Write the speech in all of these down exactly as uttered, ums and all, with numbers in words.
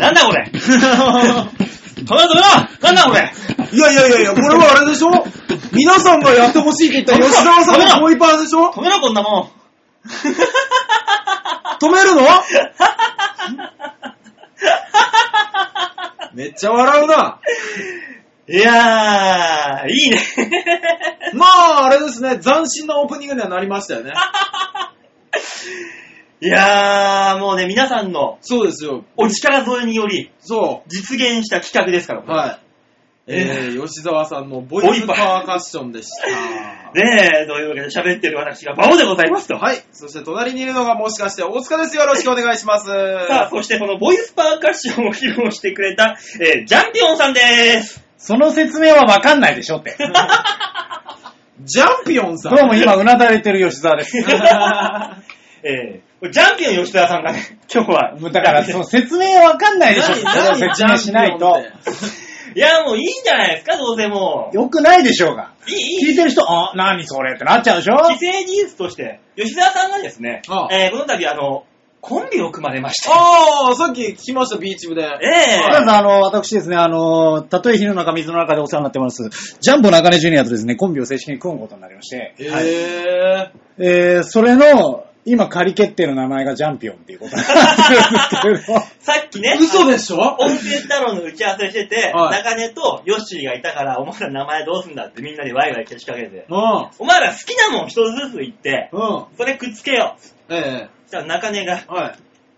なんだこれ止めろ止めろなんだこれいやいやいやいや、これはあれでしょ皆さんがやってほしいって言った吉沢さんのボイパーでしょ止めろこんなもん止めるのめっちゃ笑うな。 いやー、いいね。 まあ、あれですね、斬新なオープニングにはなりましたよね。 いやー、もうね、皆さんのそうですよ。 お力添えにより、 そう。 実現した企画ですから。 はい。えー、吉沢さんのボイスパーカッションでした。 ねえ、というわけで喋ってる私がバオでございますと。 はい。そして隣にいるのがもしかして大塚です。よろしくお願いします。 さあ、そしてこのボイスパーカッションを披露してくれた、えー、ジャンピオンさんでーす。 その説明はわかんないでしょって。 ジャンピオンさん。 どうも今うなだれてる吉沢です。 えー、ジャンピオン吉沢さんがね、今日は。 だからその説明はわかんないでしょ。それを説明しないと。 いや、もういいんじゃないですか、どうせもう。 よくないでしょうが。 いい、いい。 聞いてる人、あ、何それってなっちゃうでしょ。 既成事実として、吉沢さんがですね、ああえー、この度あの、コンビを組まれました。 ああ、さっき聞きました、ビーチ部で。 ええー。 まずあの、私ですね、あの、たとえ火の中、水の中でお世話になってます、ジャンボ中根ジュニアとですね、コンビを正式に組むことになりまして。 へえー。 はい、えー、それの、今仮決定の名前がジャンピオンっていうことなんですけれど。 さっきね、 嘘でしょ？ 音声太郎の打ち合わせしてて、 はい、 中根とヨッシーがいたから、お前ら名前どうすんだってみんなでワイワイ仕掛けて、 うん、 お前ら好きなもん一つずつ言って、 うん、 それくっつけよう。 ええ。 そしたら中根が、 はい、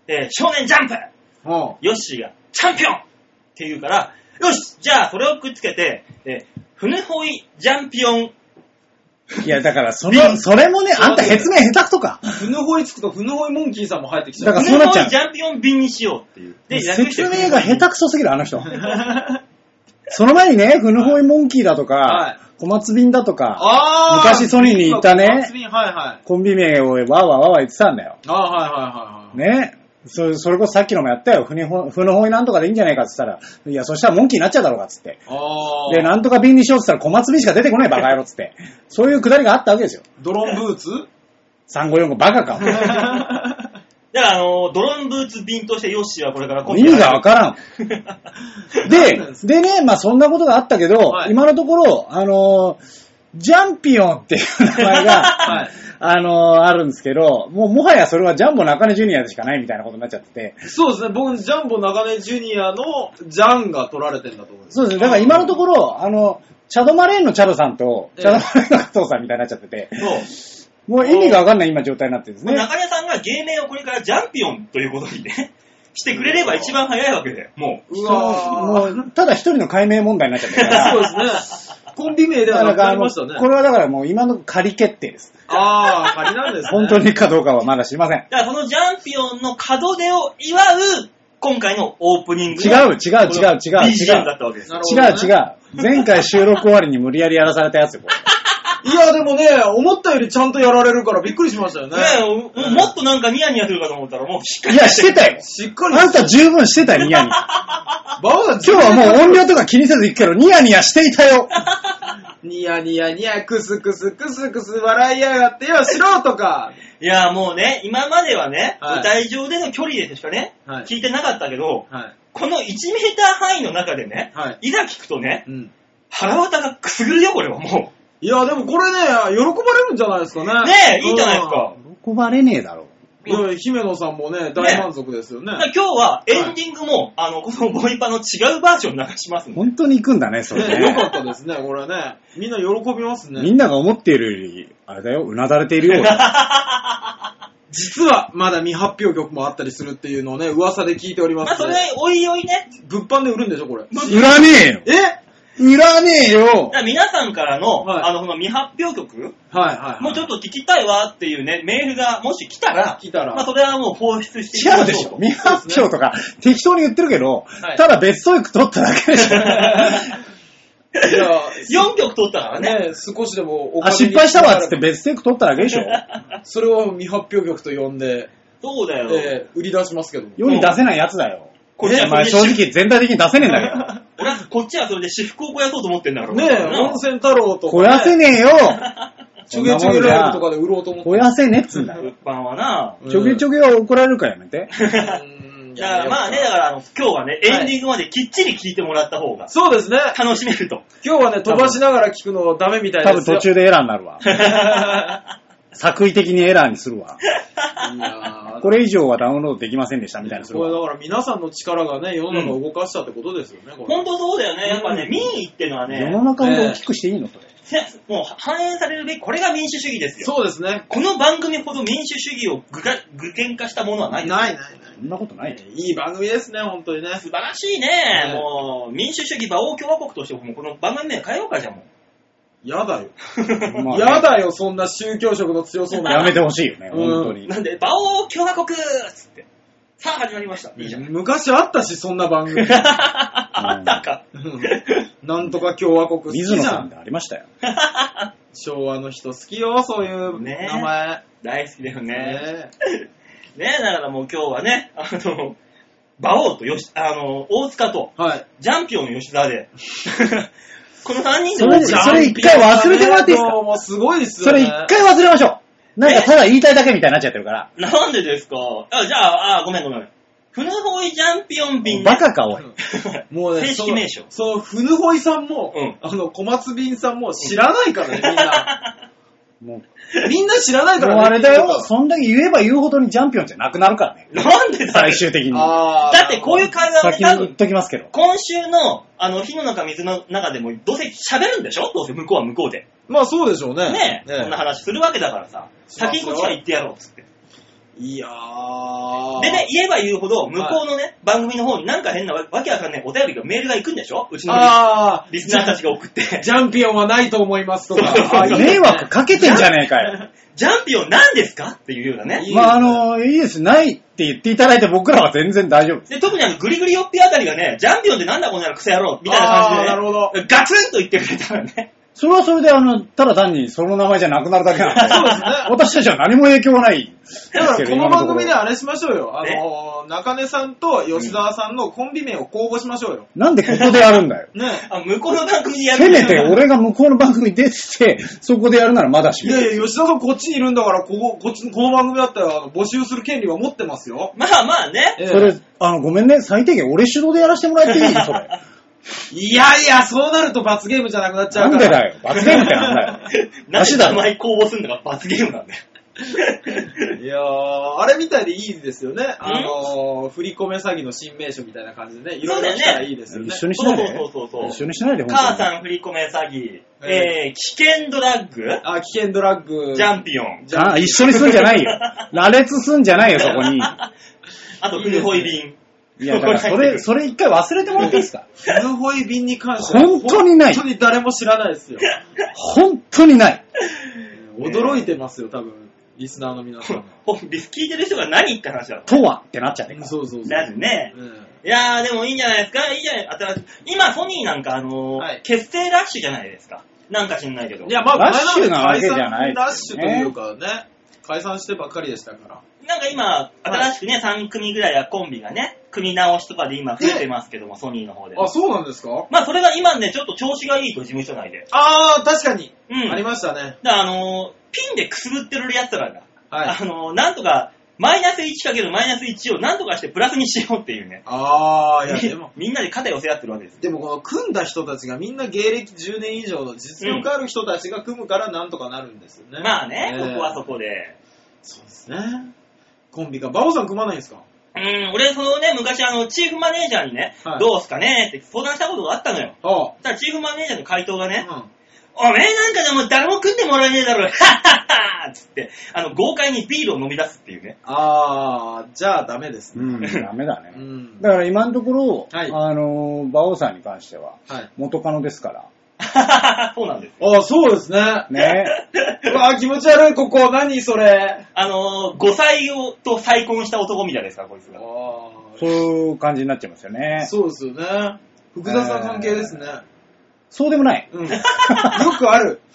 えー、少年ジャンプ、 うん、 ヨッシーがチャンピオンって言うから、よしじゃあそれをくっつけて、えー、フヌホイジャンピオン。 いや、だから、その、それもね、あんた説明下手くとか。 フヌホイつくと、フヌホイモンキーさんも入ってきちゃう。 だからそうなっちゃう。フヌホイジャンピオン便にしようっていう。 で、説明が下手くそすぎる、あの人。その前にね、フヌホイモンキーだとか、はい、小松便だとか、昔ソニーに行ったね、はいはい、コンビ名をわーわーわーわー言ってたんだよ。 あはいはいはいはい。 ね。そ, それこそさっきのもやったよ。ふぬほいなんとかでいいんじゃないかって言ったら、いや、そしたらモンキーになっちゃうだろうかっつって。 あで、なんとか便にしようって言ったら小松便しか出てこないバカ野郎っつって。そういうくだりがあったわけですよ。 ドロンブーツ ? さんごよんご バカか。 だからあの、ドロンブーツ便としてヨッシーはこれからコンビ意味がわからん。で、でね、まあそんなことがあったけど、はい、今のところ、あの、ジャンピオンっていう名前が、はい、あのー、あるんですけど、もうもはやそれはジャンボ中根ジュニアでしかないみたいなことになっちゃってて。 そうですね、僕、ジャンボ中根ジュニアのジャンが取られてるんだと思うんです。 そうですね、だから今のところ、あの、チャドマレーンのチャドさんと、チャドマレーンの加藤さんみたいになっちゃってて、そうもう意味がわかんない今状態になってるんですね。 中根さんが芸名をこれからジャンピオンということにね、してくれれば一番早いわけで、もう。 うわもう、ただ一人の解明問題になっちゃってるから。 そうですね。コンビ名ではなくなりましたね。 これはだからもう今の仮決定です。 ああ、仮なんですね。 本当にかどうかはまだ知りません。 だからこのジャンピオンの門出を祝う今回のオープニング違う違う違う違う違う。 ビージーエム だったわけです。 違う違う。前回収録終わりに無理やりやらされたやつよ、これ。 いや、でもね、思ったよりちゃんとやられるからびっくりしましたよね。 ねえ、もっとなんかニヤニヤするかと思ったらもうしっかり。 いや、してたよ。 しっかり。 あんた十分してたよ、ニヤニヤ。今日はもう音量とか気にせず行くけど、ニヤニヤしていたよ。 ニヤニヤニヤ、クスクスクスクス笑いやがってよ、素人か。 いや、もうね、今まではね、 はい、 舞台上での距離でしかね、はい、聞いてなかったけど、 はい、このいちメーター範囲の中でね、はい、いざ聞くとね、うん、腹渡がくすぐるよ、これはもう。 いや、でもこれね、喜ばれるんじゃないですかね。 ねえ、いいじゃないですか。 喜ばれねえだろ。 いや、姫野さんもね、大満足ですよね。 ね今日はエンディングも、はい、あの、このボイパの違うバージョン流しますんで。 本当に行くんだね、それね。 ねよかったですね、これね。みんな喜びますね。 みんなが思っているより、あれだよ、うなだれているよ。 実は、まだ未発表曲もあったりするっていうのをね、噂で聞いております、ね。 まあ、それ、おいおいね。 物販で売るんでしょ、これ。 売らねえよ。 え売らねえよ。 皆さんからの、はい、あの、この未発表曲、 はいはいはい、 もうちょっと聞きたいわっていうね、メールがもし来たら、 来たらまあそれはもう放出していきましょう。 違うでしょ。未発表とか、適当に言ってるけど、はい、ただ別荘曲取っただけでしょ。いや、よんきょく取ったからね。 ね少しでもお金にあ、失敗したわっつって別荘曲取っただけでしょ。 それを未発表曲と呼んで、 そうだよ。 えー、売り出しますけども。 世に出せないやつだよ。こっちはまあ正直全体的に出せねえんだけど。 俺はこっちはそれで私服を肥やそうと思ってんだから。 ねえ、温泉太郎とか、ね。 肥やせねえよちょげちょげライブとかで売ろうと思って。 肥やせねえっつんだよ。 物販はな。 ちょげちょげは怒られるからやめて。 うんだからまあね、だからあの今日はね、エンディングまできっちり聞いてもらった方が、 そうですね。 楽しめると。 今日はね、飛ばしながら聞くのダメみたいですよ。 多分途中でエラーになるわ。作為的にエラーにするわ。 いやこれ以上はダウンロードできませんでしたみたいなするわ。 これだから皆さんの力がね、世の中を動かしたってことですよね、これ。 本当そうだよね。やっぱね、民意っていうのはね、 世の中を大きくしていいのそれ。 もう反映されるべき、これが民主主義ですよ。 そうですね。 この番組ほど民主主義を具が具現化したものはないですよ。 ないないない。 そんなことない。 いい番組ですね、本当にね。 素晴らしいね。ねもう、民主主義馬王共和国としてもこの番組名変えようか、じゃあもう。 やだよ。 まあねやだよ、そんな宗教色の強そうな。 やめてほしいよね、 うん本当に。 なんで、馬王共和国つって。さあ始まりました。いいじゃん。 昔あったし、そんな番組。 あったか。 うんなんとか共和国好きじゃん。 水野さんってありましたよ。 昭和の人好きよ、そういうね名前。 大好きだよね。 ねねだからもう今日はね、あの、馬王とよし、あの、大塚と、 はい。 ジャンピオンの吉沢で、このさんにんでそれそれ一回忘れてもらっていいですかもうすごいですよね。 それ一回忘れましょう。なんかただ言いたいだけみたいになっちゃってるから。 なんでですかあ、じゃあ、あ、ごめんごめん。船ホイジャンピオン便ね。 バカか、おい。 もうね、 正式名称そう、そうふぬほいさんも、 うんあの、小松便さんも知らないからね、みんな。 もみんな知らないかう、もうらね。 あれだよ。そんだけ言えば言うほどにジャンピオンじゃなくなるからね。 なんでだ最よ。 終的に。 あーだってこういう会話を先に言っ多分、 ときますけど。 今週の、あの、火の中水の中でも、どうせ喋るんでしょどうせ向こうは向こうで。 まあそうでしょうね。 ねえ、 ねそんな話するわけだからさ、先にこっちから言ってやろうっつって。 いやー。 でね、言えば言うほど、向こうのね、番組の方になんか変なわわけわかんないお便りがメールが行くんでしょうちのリスあー。 リスナーたちが送って。 ジャンピオンはないと思いますとか。 そうそうそうあーいいね迷惑かけてんじゃねえかよ。 ジャンピオン何ですかっていうようなね。 いいまあ、あの、いいです。ないって言っていただいて僕らは全然大丈夫です。 で、特にあの、グリグリヨッピーあたりがね、ジャンピオンってなんだこの野郎クソ野郎みたいな感じで、ね、 あーなるほどガツンと言ってくれたらね。 それはそれで、あの、ただ単にその名前じゃなくなるだけなんで。 そうですね私たちは何も影響はない。 だからこの番組では。 あれしましょうよ。あの、中根さんと吉沢さんのコンビ名を公募しましょうよ。 なんでここでやるんだよ。 ねあ、向こうの番組でやるせめて俺が向こうの番組出て、そこでやるならまだしも。 いやいや、吉沢さんこっちにいるんだから、ここ、こっち、この番組だったら、あの、募集する権利は持ってますよ。 まあまあね。 ええそれ、あの、ごめんね。最低限俺主導でやらせてもらっていいそれ。 いやいや、そうなると罰ゲームじゃなくなっちゃなうんから。 でだよ。罰ゲームってなんだよ。 なんで足だろ名前公募するのが罰ゲームなんだよ。 いやー、あれみたいでいいですよね。あのー、振り込め詐欺の新名所みたいな感じでね、いろいろ来たらいいですよね。 一緒にしないで。 そうそうそうそう一緒にしないで、ほんとに母さん振り込め詐欺、えー、危険ドラッグ、 あ、危険ドラッグ。 ジャンピオン、 ジャンあ、一緒にすんじゃないよ。羅列すんじゃないよ、そこに。 あとフルホイ便。 いや、だからそれ、それ一回忘れてもらっていいですかフルホイ便に関しては、 本当にない本当に誰も知らないですよ。 本当にない。 驚いてますよ、多分、リスナーの皆さんも。 ほリス聞いてる人が何って話だろ。 とはってなっちゃうね。 そうそうそう。 だってね。 うんいやー、でもいいんじゃないですかいいじゃない新しい。今、ソニーなんか、あのーはい結成ラッシュじゃないですか。なんか知んないけど。 いや、まあ、 ラッシュなわけじゃない解散ラッシュというかね、解散してばっかりでしたから。 なんか今、新しくね、さん組ぐらいはコンビがね、組み直しとかで今増えてますけども、ソニーの方で。 あ、そうなんですかまあ、それが今ね、ちょっと調子がいいと、事務所内で。 あー、確かに。 うん。 ありましたね。 だから、あのーピンでくすぶってるやつらが、 はい。 あのーなんとか、マイナスいちかけるマイナスいちをなんとかしてプラスにしようっていうね。 あー、いや、でも、 みんなで肩寄せ合ってるわけです。 でもこの組んだ人たちがみんな芸歴じゅうねん以上の実力ある人たちが組むからなんとかなるんですよね。 まあね、 えーそこはそこで。 そうですね。コンビか。バオさん組まないんですか？ うん、俺、そのね、昔、あの、チーフマネージャーにね、 はいどうすかねって相談したことがあったのよ。 あただ、チーフマネージャーの回答がね、 あ。 おめえなんかでも誰も組んでもらえねえだろ、はっはっはつって、あの、豪快にビールを飲み出すっていうね。 あー、じゃあダメですね。 うん、ダメだね。 うん。 だから今のところ、 はいあの、馬王さんに関しては、 はい。 元カノですから。 そうなんです。 あー、そうですね。 ね。 うわー、気持ち悪い、ここ。何それ。 あのー、ごさいをと再婚した男みたいですか、こいつが。 あそういう感じになっちゃいますよー、 ね。 そうですよね。複雑な関係ですね。 そうでもない。 うん。よくある。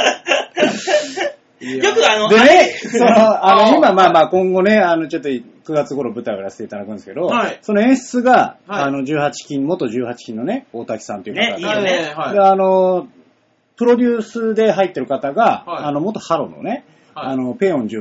いやよくあの、 であれね、その、ああの、今、まあまあ、今後ね、あの、ちょっとくがつ頃舞台をやらせていただくんですけど、 はいその演出が、 はいあの、じゅうはち金、元じゅうはち金のね、大滝さんという方ねいいが、 よねはい。 で、あの、プロデュースで入ってる方が、 はいあの、元ハロのね、 はいあの、ペヨンジュンさん。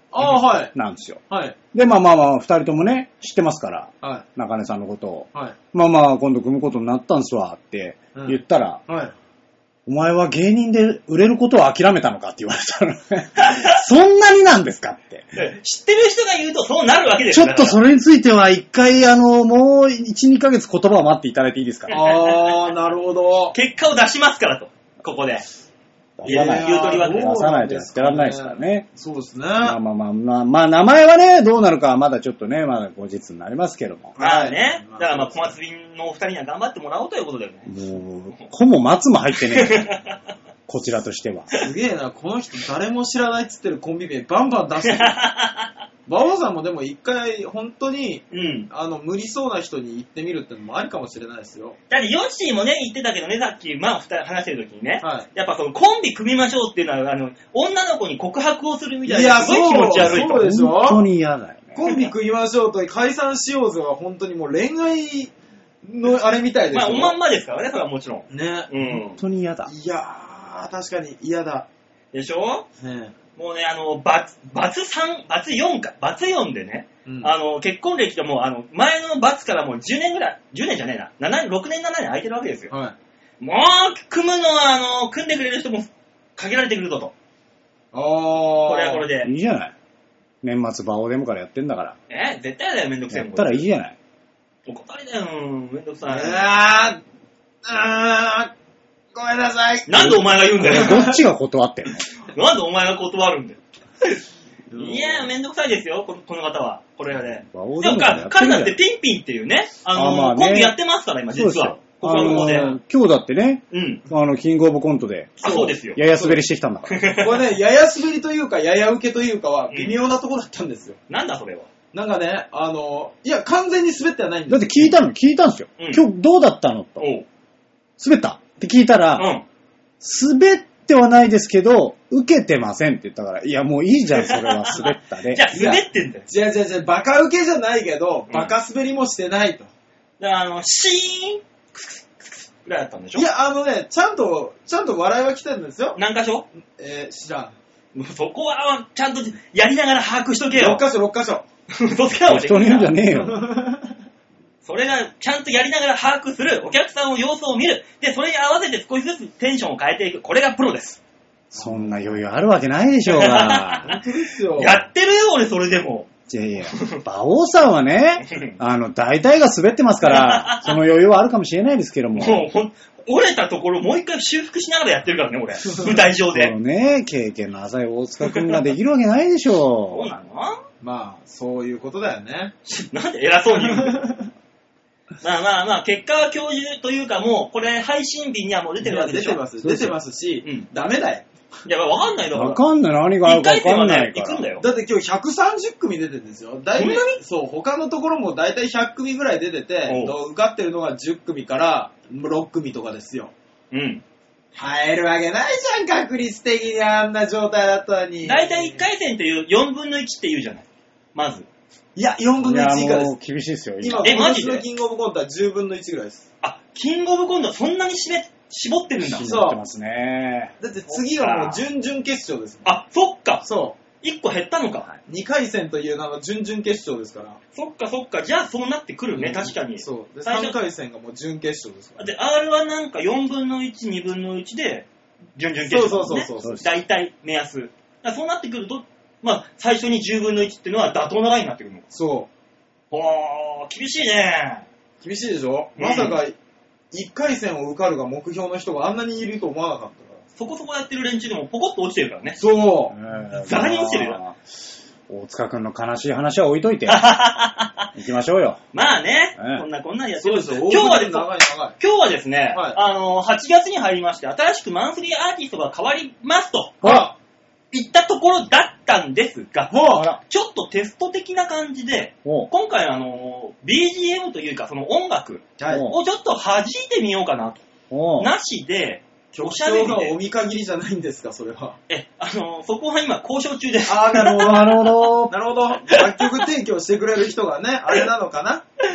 ああ、はい。 なんですよ。 はい。 で、まあまあまあ、二人ともね、知ってますから、 は中根さんのことを。 い。はい。 まあまあ、今度組むことになったんすわって言ったら、 はい。 お前は芸人で売れることを諦めたのかって言われたのね。そんなになんですかって。 知ってる人が言うとそうなるわけですよ。 ちょっとそれについては一回、あの、もういち、にかげつ言葉を待っていただいていいですか？ あー、なるほど。 結果を出しますからと、ここで。 出さない。 言うとりわけ出さないとやってらんないですからね。 そうですね。 まあまあまあ、まあ、まあ、名前はね、どうなるかはまだちょっとね、まだ後日になりますけども。 まあね。だからまあ、小松便のお二人には頑張ってもらおうということだよね。 もう、ほぼ松も入ってねえ。こちらとしては。 すげえな、この人誰も知らないっつってるコンビ名バンバン出してる。馬王さんもでも一回本当に、 うん。 あの、無理そうな人に言ってみるってのもありかもしれないですよ。 だってヨッシーもね、言ってたけどね、さっき、まあ、二人話してる時にね。 はい。 やっぱそのコンビ組みましょうっていうのは、あの、女の子に告白をするみたいいやな、すごい気持ち悪いと。 そうでしょ本当に嫌だよね。 コンビ組みましょうと解散しようぜは本当にもう恋愛のあれみたいですよ。 まあ、おまんまですからね、それはもちろん。 ね。 うん本。当に嫌だ。 いやー、確かに嫌だ。 でしょねもうね、あの、バツ、バツさん、バツよんか、バツよんでね、 うん、 あの、結婚歴ともう、あの、前のバツからもうじゅうねんぐらい、じゅうねんじゃねえな、ななろくねん、ななねん空いてるわけですよ。 はい。 もう、組むのは、あの、組んでくれる人も限られてくるぞと。 あー。 これはこれで。 いいじゃない。年末バオデモからやってんだから。 え絶対だよ、めんどくせえもん。 やったらいいじゃない。 お断りだよ、めんどくさい。 あー、あー、ごめんなさい。 なんでお前が言うんだよ。 どっちが断ってんの？ なんでお前が断るんだよ。いやー、めんどくさいですよ、このこの方は。これはね。 バオでもか、彼だってピンピンっていうね、あの、 あまあねコンビやってますから、今、実は。ここの方で。 あの今日だってね、 うん。 あの、キングオブコントで、 あ、そうですよ。 やや滑りしてきたんだから。 これね、やや滑りというか、やや受けというかは、微妙なとこだったんですよ。 なんだそれは。 なんかね、あの、いや、完全に滑ってはないんですだって聞いたの、聞いたんですよ。 うん今日どうだったのと。 おう。 滑ったって聞いたら、 うん。 滑ってはないですけど、受けてませんって言ったから、いやもういいじゃん、それは滑ったで。 じゃあ、滑ってんだよ。 じゃあじゃあじゃあ、バカ受けじゃないけど、 うんバカ滑りもしてないと。 だから、あの、シーン、クスクスぐらいだったんでしょいや、あのね、ちゃんと、ちゃんと笑いは来てるんですよ。 何箇所えー、知らん。 もうそこは、ちゃんとやりながら把握しとけよ。 ろっか所、ろっか所。 嘘つけよ、 人に言うんじゃねえよ。 それがちゃんとやりながら把握する、お客さんの様子を見る。で、それに合わせて少しずつテンションを変えていく。これがプロです。 そんな余裕あるわけないでしょうが。 本当ですよ。 やってるよ、俺、それでも。 いやいや、馬王さんはね、あの、大体が滑ってますから、その余裕はあるかもしれないですけども。 もうほん、折れたところもう一回修復しながらやってるからね、俺。舞台上で。 そうね、経験の浅い大塚くんができるわけないでしょそうなのまあ、そういうことだよね。 なんで偉そうに言うんだよ。まあまあまあ、結果は教授というかもう、これ配信日にはもう出てるわけでしょ。 出てます、出てますし、 うんダメだよ。 いや、わかんないだう。 ろ。 わかんない、何がある一かわか回戦はねんないから。 行くんだよ。 だって今日ひゃくさんじゅっくみ出てるんですよ。だいたいそんなにそう、他のところもだいたいひゃっくみぐらい出てて、 おう受かってるのがじゅっくみからろっくみとかですよ。 うん。 入るわけないじゃん、確率的にあんな状態だったのに。 だいたいいっかい戦っていうよんぶんのいちって言うじゃない。まず。 いや、よんぶんのいち以下ですいやもう。厳しいですよ、 今、 え今マジで年のキングオブコントはじゅうぶんのいちぐらいです。 あ、キングオブコントはそんなに締め、絞ってるんだ。 そう絞ってますね。 だって次はもう準々決勝です。 あ、そっか。 そいっこ減ったのか。 う。にかい戦という名の準々決勝ですから。 そっかそっか。じゃあそうなってくるね、確かに。 そう。で、 最初さんかい戦がもう準決勝ですから。 で、R はなんかよんぶんのいち、にぶんのいちで、準々決勝、ね。 そうそうそうそう大体目安。だからそうなってくると、まあ、最初にじゅうぶんのいちっていうのは妥当なラインになってくるのか。 そおー、厳しいね。 う。厳しいでしょ、 うんまさか、いっかい戦を受かるが目標の人があんなにいると思わなかったから。 そこそこやってる連中でもポコッと落ちてるからね。 そう。 えーザラに落ちてるよまあ大塚くんの悲しい話は置いといて、行きましょうよ。 まあね、 ええこんなこんなんやってるそうですよ。 今日はですね、 長い長い。 今日はですね、 はいあの、はちがつに入りまして、新しくマンスリーアーティストが変わりますと、 あ言ったところだったんですが、 もあら、 ちょっとテスト的な感じで、 おう今回あの、ビージーエム というかその音楽う、はい。 おをちょっと弾いてみようかなと。 おうなしで、お局しゃべり長がおで、 見限りじゃないんですか、それは。 え、あの、そこは今交渉中です。 ああ、なるほど。 なるほど。 なるほど。楽曲提供してくれる人がね、あれなのかな。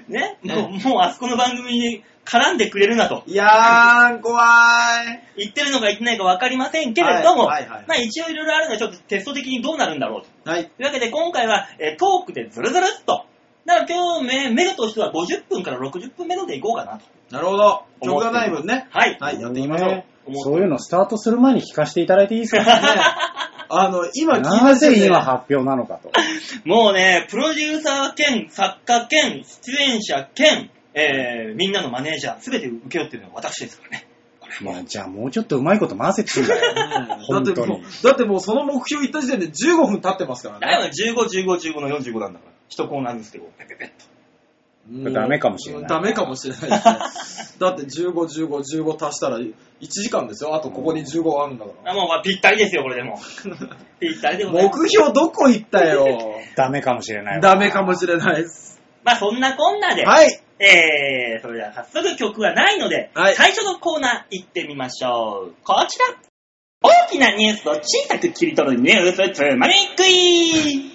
ね、もう、もうあそこの番組に絡んでくれるなと。 いやー、怖い。 言ってるのか言ってないか分かりませんけれども、 はいはいはい、 まあ一応いろいろあるのでちょっとテスト的にどうなるんだろうと。 はい。 というわけで今回は、えー、トークでズルズルっと。だから今日メ、メドとしてはごじゅっぷんからろくじゅっぷんメドでいこうかなと。 なるほど。曲がない分ね。 はい。 はい、やっていきましょう。 そういうのスタートする前に聞かせていただいていいですかね。 あの、今聞いてなぜ今発表なのかと。もうね、プロデューサー兼作家兼出演者兼、えー、みんなのマネージャー、すべて請け負ってるのは私ですからね。 いや、じゃあもうちょっとうまいこと回せって言うんだよ。 だってもう、だってもうその目標言った時点でじゅうごふん経ってますからね。 だからじゅうご、じゅうご、じゅうごのよんじゅうごなんだから。一コーナーずつでこう、ペペペッと。 ダメかもしれない。 ダメかもしれないですね。だってじゅうご、じゅうご、じゅうご足したらいちじかんですよ。あとここにじゅうごあるんだから。 あ、もうぴったりですよ、これでも。ぴったりでございます。 目標どこ行ったよ。 ダメかもしれないわ。 ダメかもしれないです。 まあそんなこんなで。 はい。 えー、それでは早速曲はないので、はい、最初のコーナー行ってみましょう。こちら。大きなニュースを小さく切り取るニュースつまみ食い。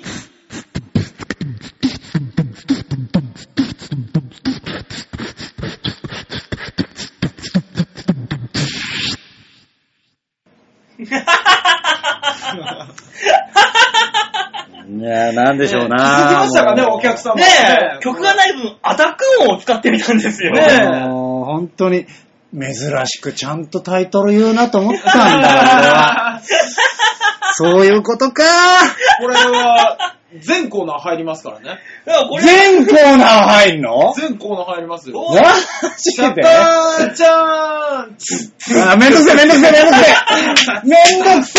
いやー、なんでしょうなー。 気づきましたかね、お客様。 ねえ、曲がない分、アタック音を使ってみたんですよ。 ねえ。もう、本当に、珍しくちゃんとタイトル言うなと思ったんだよ、俺は。そういうことかー。 これは、全コーナー入りますからね。 全コーナー入んの？ 全コーナー入りますよ。 マジで？ やったーじゃーん。 あ、めんどくせえ、めんどくせえ、めんどくせえ。めんどくせ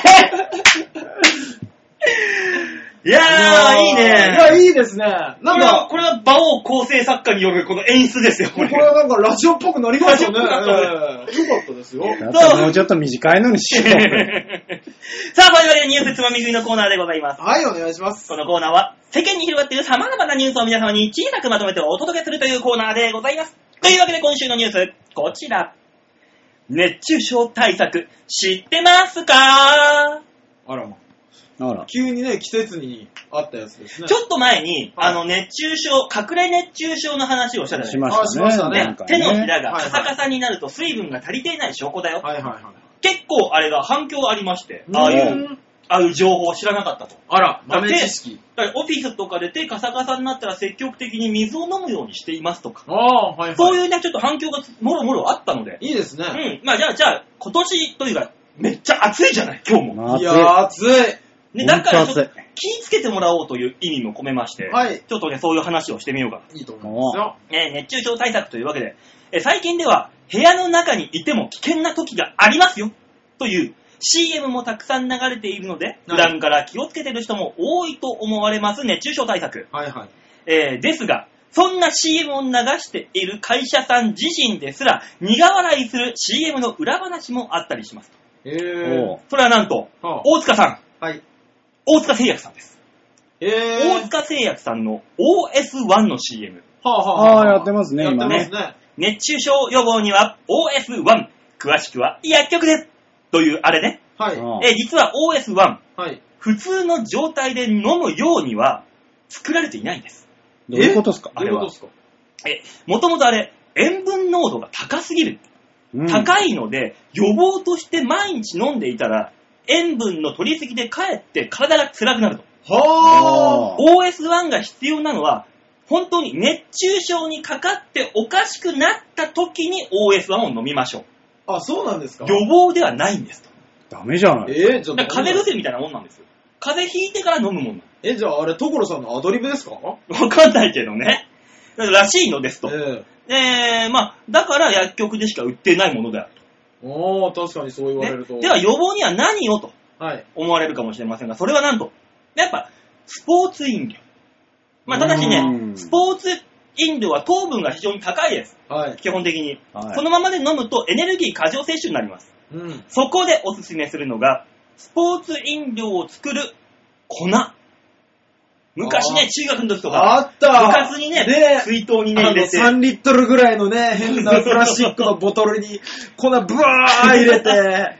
え。いやー、いいね。いや、いいですね。なんか、 これは馬王構成作家によるこの演出ですよ、これ。 これはなんかラジオっぽくなりましたね。よかったですよ。 もうちょっと短いのにしよう。 さあ、我々ニュースつまみ食いのコーナーでございます。 はい、お願いします。 このコーナーは、世間に広がっている様々なニュースを皆様に小さくまとめてお届けするというコーナーでございます。というわけで今週のニュース、こちら。熱中症対策、知ってますか？ あらま。 あら急にね、季節にあったやつですね。 ちょっと前に、はい、あの、熱中症、隠れ熱中症の話をしたじゃないですか。 しましたね。 しましたね。 ね手のひらがカサカサになると水分が足りていない証拠だよ。 はいはいはい。 結構あれが反響ありまして、ああいう、ああいう情報を知らなかったと。 あら、豆知識。 オフィスとかで手カサカサになったら積極的に水を飲むようにしていますとか。 ああ、はいはい。 そういうね、ちょっと反響がもろもろあったので。 いいですね。 うん。まあじゃあ、じゃあ、今年というか、めっちゃ暑いじゃない、今日も。 いやー、暑い。 ね、だからちょっと気ぃつけてもらおうという意味も込めまして、 はい、 ちょっとね、そういう話をしてみようかな。 いいと思いますよ。 ね、熱中症対策というわけで、え最近では部屋の中にいても危険な時がありますよという シーエム もたくさん流れているので、普段から気をつけてる人も多いと思われます熱中症対策。 はいはい。 えー、ですが、そんな シーエム を流している会社さん自身ですら苦笑いする シーエム の裏話もあったりします。 へー。 それはなんと、はあ、大塚さん。 はい。 大塚製薬さんです。 えー、 大塚製薬さんの オーエスワン の シーエム。 はあはあ、 ああ、やってますね、今ね。 やってますね。 熱中症予防には オーエスワン。詳しくは薬局でというあれね。 はい。 えー、実は オーエスワン。 はい。 普通の状態で飲むようには作られていないんです。 どういうことですか？ あれは。どういうことですか？え、もともとあれ、塩分濃度が高すぎる。うん、高いので、予防として毎日飲んでいたら、塩分の取りすぎでかえって体が辛くなると。 はぁー。 オーエスワン が必要なのは、本当に熱中症にかかっておかしくなった時に オーエスワン を飲みましょう。 あ、そうなんですか？ 予防ではないんですと。 ダメじゃない。 えー、じゃあ風邪薬みたいなもんなんですよ。風邪ひいてから飲むもん。 え、じゃああれ、所さんのアドリブですか？ わかんないけどね。らしいのですと。 えー、えー、まあ、だから薬局でしか売ってないものであると。おー、確かにそう言われると。 ね、では予防には何をと思われるかもしれませんが、それはなんと、やっぱ、スポーツ飲料。まあ、ただしね、スポーツ飲料は糖分が非常に高いです。 はい、 基本的に、 はい。 そのままで飲むとエネルギー過剰摂取になります。 うん、 そこでおすすめするのが、スポーツ飲料を作る粉。昔ね、中学の時とか、 あった部活にね、水筒にね、入れて。 さんリットルぐらいのね、変なプラスチックのボトルに粉ブワー入れて、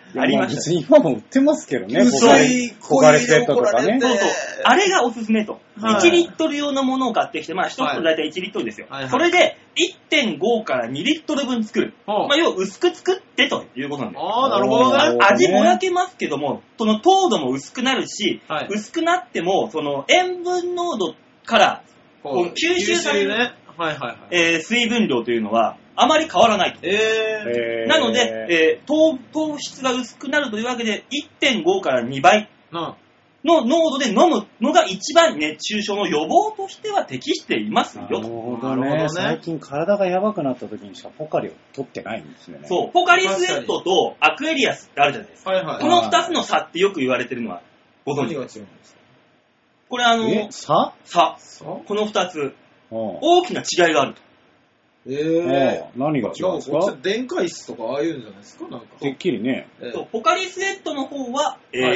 ありました。 別に今も売ってますけどね。 薄いポカリスエットとかね。 そうそう。あれがおすすめと。 はい、 いちリットル用のものを買ってきて、まあ一つと大体いちリットルですよ。はいはい、それで いってんご からにリットル分作る。はい、まあ要は薄く作ってということなんです。 ああ、なるほどね。 味ぼやけますけども、その糖度も薄くなるし、はい、薄くなっても、その塩分濃度からこう吸収される、ねはいはいはいえー、水分量というのはあまり変わらないと。えー、なので、えー糖、糖質が薄くなるというわけで いってんご からにばいの濃度で飲むのが一番熱中症の予防としては適していますよと。 なるほどね。最近体がやばくなった時にしかポカリを取ってないんですよね。 そう。ポカリスエットとアクエリアスってあるじゃないですか。はいはい、この二つの差ってよく言われてるのはご存知ですか？これあの、 え差差この二つ、大きな違いがあると。 えー、 何が違うんですか？ なんか電解質とかああいうんじゃないですか？なんかてっきりね。 えー、そうポカリスエットの方は、えーはい、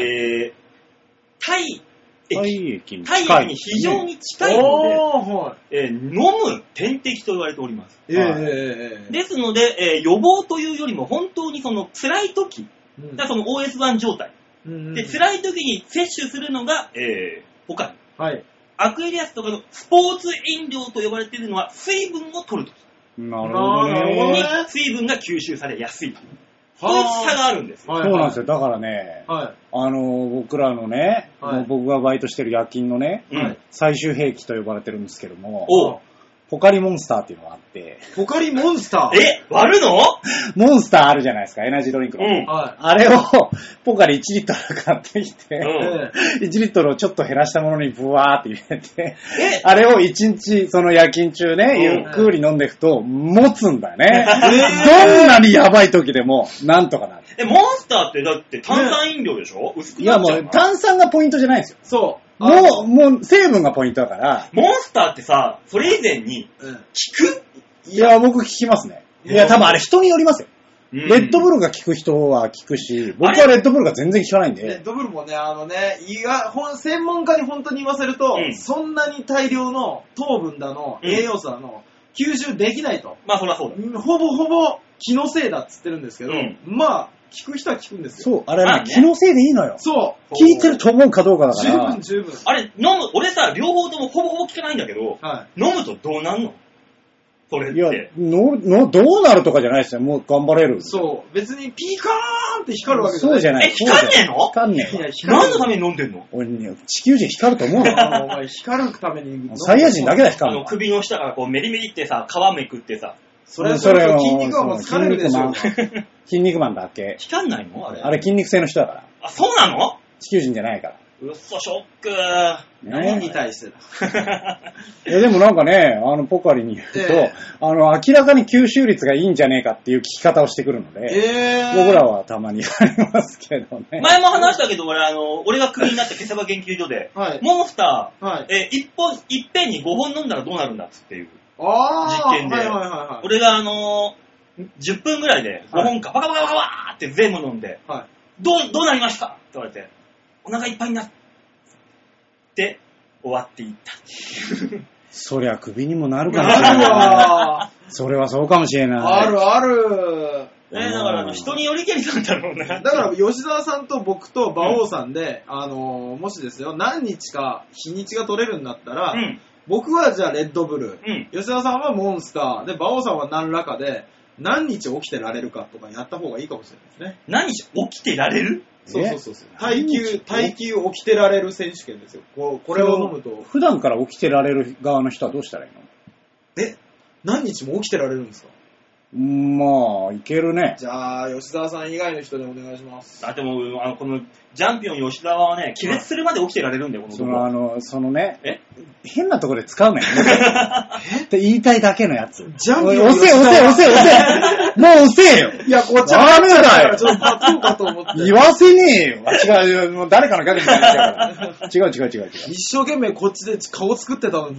体液体液に非常に近いので、ねはいえー、飲む点滴と言われております。えー、ですので、えー、予防というよりも本当にその辛い時、うん、だその オーエスワン 状態、うんうん、で辛い時に摂取するのが、えー、ポカリ、はい、アクエリアスとかのスポーツ飲料と呼ばれているのは水分を取るとき。 なるほどね。 水分が吸収されやすい。そういう差があるんですよ。 そうなんですよ。だからね、はい、あの、僕らのね、はい、僕がバイトしてる夜勤のね、はい、最終兵器と呼ばれてるんですけども、おポカリモンスターっていうのがあって。 ポカリモンスターえ割るのモンスターあるじゃないですか、エナジードリンクの。うん、あれを、ポカリいちリットル買ってきて、うん、いちリットルをちょっと減らしたものにブワーって入れて、あれをいちにち、その夜勤中ね、ゆっくり飲んでいくと、持つんだよね。どんなにやばい時でも、なんとかなる。 え、モンスターってだって炭酸飲料でしょ、ね、薄くなっちゃう。 いやもう、炭酸がポイントじゃないんですよ。 そう。 もう、もう、成分がポイントだから。 モンスターってさ、それ以前に、効く、 うん、いや、僕効きますね。いや、多分あれ人によりますよ。うん、レッドブルが効く人は効くし、僕はレッドブルが全然効かないんで。 レッドブルもね、あのね、いや、専門家に本当に言わせると、うん、そんなに大量の糖分だの、栄養素だの、吸収できないと。 まあ、そりゃそうだ。 ほぼほぼ気のせいだっつってるんですけど、うん、まあ、聞く人は聞くんですよ。そう、あれね、まあね気のせいでいいのよ。 そう。 聞いてると思うかどうかだから。 十分十分。 あれ、飲む、俺さ、両方ともほぼほぼ聞かないんだけど、はい、飲むとどうなんのそれって。 いやのの、どうなるとかじゃないですよ。もう頑張れる。 そう。別にピカーンって光るわけじゃない。 そうじゃない。 え、光んねえの光んねえ。 いや、何のために飲んでんの俺ね、地球人光ると思うのお前、光るために。 サイヤ人だけだ光るの。 あの、首の下からこうメリメリってさ、皮めくってさ。 それはそれは筋肉はもう疲れるでしょ。 筋肉マンだっけ光んないのあれ。 あれ筋肉性の人だから。 あ、そうなの地球人じゃないから。 うっそ、ショックー。何に対してだ。 えでもなんかね、あの、ポカリに言うと、えー、あの、明らかに吸収率がいいんじゃねえかっていう聞き方をしてくるので、えー、僕らはたまにやりますけどね。 前も話したけど、俺、あの、俺がクビになったケサバ研究所で、はい、モンスター、はい、えー、一本、いっぺんにごほん飲んだらどうなるんだっていう。実験で、はいはいはいはい、俺があのー、じゅっぷんぐらいでごほんかバカバカバカバーって全部飲んで、はい、どう、どうなりましたって言われて、お腹いっぱいになって終わっていった。 そりゃ首にもなるかもしれない。それはそうかもしれない。 あるある。 えー、だからあの人によりけりなんだろうね。 だから吉沢さんと僕と馬王さんで、うん、あのー、もしですよ、何日か日にちが取れるんだったら、うん僕はじゃあレッドブル、うん、吉田さんはモンスター、で、馬王さんは何らかで、何日起きてられるかとかやった方がいいかもしれないですね。 何日起きてられるそうそうそうそう。耐久、耐久起きてられる選手権ですよ。ここれを飲むと。 普段から起きてられる側の人はどうしたらいいの？ え何日も起きてられるんですか？ まあ、いけるね。 じゃあ、吉沢さん以外の人でお願いします。 あ、でも、あの、この、ジャンピオン吉沢はね、気絶するまで起きてられるんだよ、このその、あの、そのね、え変なところで使うのよ。って言いたいだけのやつ。 ジャンピオン押せ押せ押せ押せもう押せよいや、こっちはダメだよちょっと待とうかと思って。 言わせねえよ違う、もう誰かの影みたいになっちゃうから。違う違う違う違う。 一生懸命こっちで顔作ってたのに。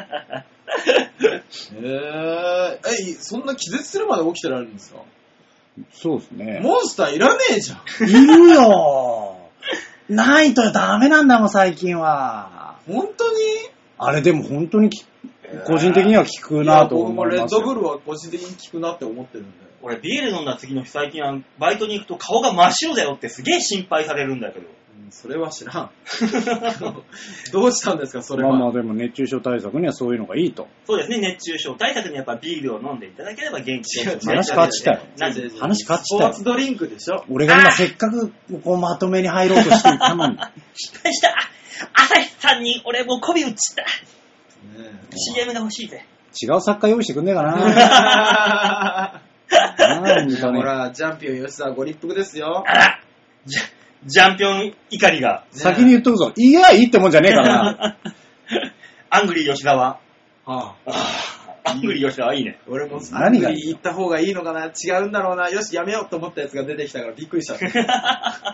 えー、え、そんな気絶するまで起きてられるんですか？ そうですね。 モンスターいらねえじゃん。 いるよないとダメなんだもん、最近は。 本当に？ あれでも本当にき、 個人的には効くなと思います。 僕もレッドブルは個人的に効くなって思ってるんで。 俺ビール飲んだ次の日最近はバイトに行くと顔が真っ白だよってすげえ心配されるんだけど。 うん、それは知らん。どうしたんですか、それは。 まあまあでも熱中症対策にはそういうのがいいと。 そうですね、熱中症対策にやっぱビールを飲んでいただければ元気で。 話変わっちゃったよ。話変わっちゃったよ。 スポーツドリンクでしょ。 俺が今せっかくこうまとめに入ろうとしていたのに。 失敗した。朝日さんに俺もう媚び打ちた。ね、シーエム が欲しいぜ。 違う作家用意してくんねえかな。 ほら、ジャンピオン吉沢ご立腹ですよ。 あら、ジャ、ジャンピオン怒りが。 先に言っとくぞ。いや、いいってもんじゃねえからな。 アングリー吉沢。 はあ、 アングリー吉沢いいね。 俺もアングリー行った方がいいのかな、違うんだろうな、よしやめようと思ったやつが出てきたからびっくりしちゃった。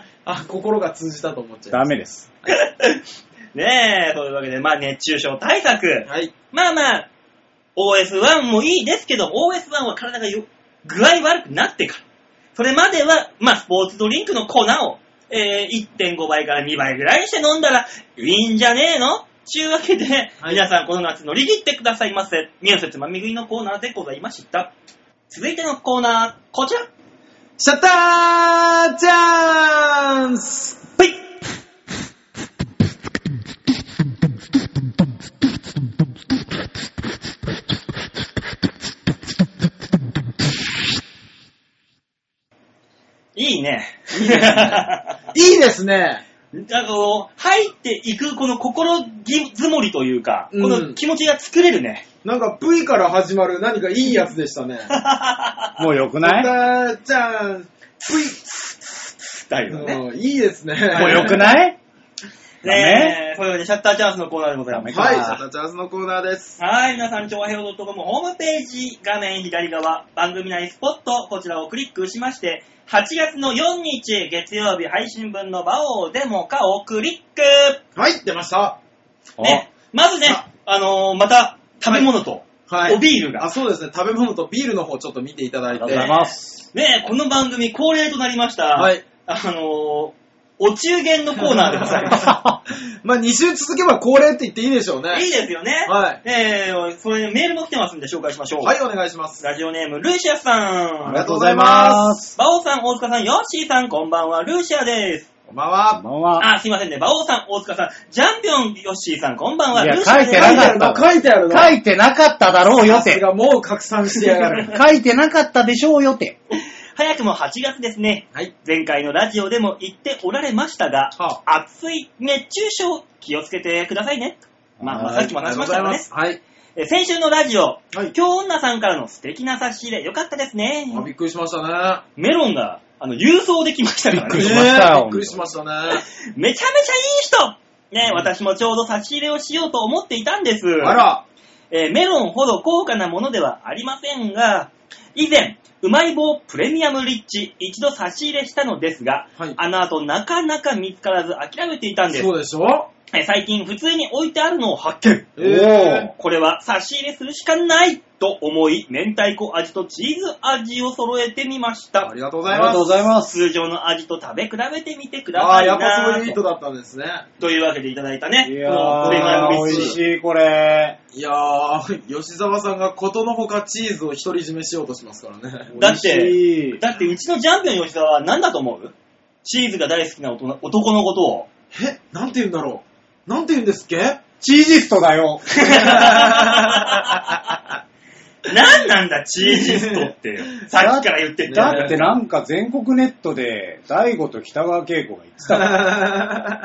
あ、心が通じたと思っちゃう。 ダメです。 ねえ、というわけで、まあ熱中症対策。 はい。 まあまあ、オーエスワン もいいですけど、オーエスワン は体がよ具合悪くなってから。それまでは、まあスポーツドリンクの粉を、えー、いってんご 倍からにばいぐらいにして飲んだらいいんじゃねえのちゅうわけで、はい、皆さんこの夏乗り切ってくださいませ。宮瀬つまみ食いのコーナーでございました。続いてのコーナー、こちら。 シャッターチャンスはい。いいね。 いいですね。いいですね。 あの、入っていくこの心づもりというか、うん、この気持ちが作れるね。 なんか V から始まる何かいいやつでしたね。 もう良くない？ シャッターチャンス V だよね。 いいですね。 もう良くないねえ、そういうわけでシャッターチャンスのコーナーでございます。 はい、シャッターチャンスのコーナーです。 はい、皆さん、超平洋 .com ホームページ画面左側、番組内スポット、こちらをクリックしまして、はちがつのよっか月曜日配信分の場をデモ化をクリック。 はい、出ました。 ね、まずね、あのー、また食べ物と、はい、おビールが、 はい。あ、そうですね、食べ物とビールの方ちょっと見ていただいて。ありがとうございます。 ね、この番組恒例となりました。はい。あのー、お中元のコーナーでございます。 まあに週続けば恒例って言っていいでしょうね。 いいですよね。はい。えー、それメールも来てますんで紹介しましょう。 はい、お願いします。 ラジオネーム、ルーシアさん。 ありがとうございます。 バオさん、大塚さん、ヨッシーさん、こんばんは、ルーシアです。 こんばんは。 こんばんは。 あ、すいませんね。バオさん、大塚さん、ジャンピオン、ヨッシーさん、こんばんは、ルーシアです。いや、書いてなかった。 書いてあるの。 書いてなかっただろうよって。 さすがもう拡散してやがる。 書いてなかったでしょうよって。 早くもはちがつですね。はい。前回のラジオでも言っておられましたが、はあ、暑い熱中症気をつけてくださいね。まあ、まあ、さっきも話しましたがね。はい。え先週のラジオ、はい、京女さんからの素敵な差し入れ、よかったですね。 あ、びっくりしましたね。 メロンが、あの、郵送できましたからね。 びっくりしましたよ。 びっくりしましたね。 めちゃめちゃいい人ね、うん、私もちょうど差し入れをしようと思っていたんです。 あら。 えー、メロンほど高価なものではありませんが、以前、うまい棒プレミアムリッチ一度差し入れしたのですが、はい、あの後なかなか見つからず諦めていたんです。 そうでしょ？ 最近普通に置いてあるのを発見。 えー、 これは差し入れするしかないと思い、明太子味とチーズ味を揃えてみました。 ありがとうございます。ありがとうございます。 通常の味と食べ比べてみてくださいな。 あ、やっぱそういう意図だったんですね。 というわけでいただいたね。 いやー、この美味しいこれ。 いやー、吉沢さんがことのほかチーズを独り占めしようとしますからね。 だって、だってうちのジャンピオン吉沢は何だと思う？チーズが大好きな男のことを。 え、なんて言うんだろう。なんて言うんですっけ？ チージストだよ。 なんなんだ、チージストって。さっきから言ってた。だってなんか全国ネットで、大悟と北川景子が言ってたから。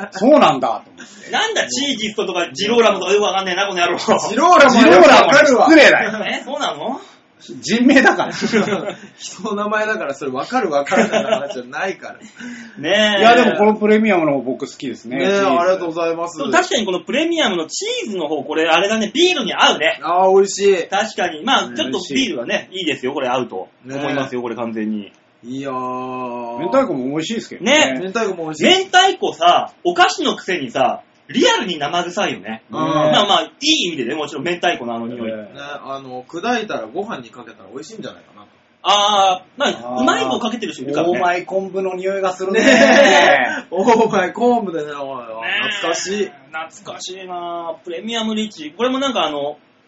そうなんだ、と思って。 なんだ、チージストとかジローラムとかよくわかんねえな、この野郎。 ジローラムはよくわかるわ。失礼だよ。 え、そうなの？ 人名だから。 人の名前だからそれ分かる分からない話じゃないから。 ねえ。 いやでもこのプレミアムの方僕好きですね。 ねえ、ありがとうございます。 確かにこのプレミアムのチーズの方、これあれだね、ビールに合うね。 ああ、美味しい。 確かに。まあちょっとビールはね、いいですよ、これ合うと思いますよ、これ完全に。 いやー。 明太子も美味しいですけどね。 ね。 明太子も美味しい。 明太子さ、お菓子のくせにさ、リアルに生臭いよね。うん、まあまあ、いい意味でね、もちろん明太子のあの匂い。ね、 あの、砕いたらご飯にかけたら美味しいんじゃないかなと。 あー、まあ、うまい棒かけてる人いるからね。 オーマイ昆布の匂いがするね。 ねオーマイ昆布でね、おい、懐かしい。 懐かしいなプレミアムリッチ。これもなんかあの、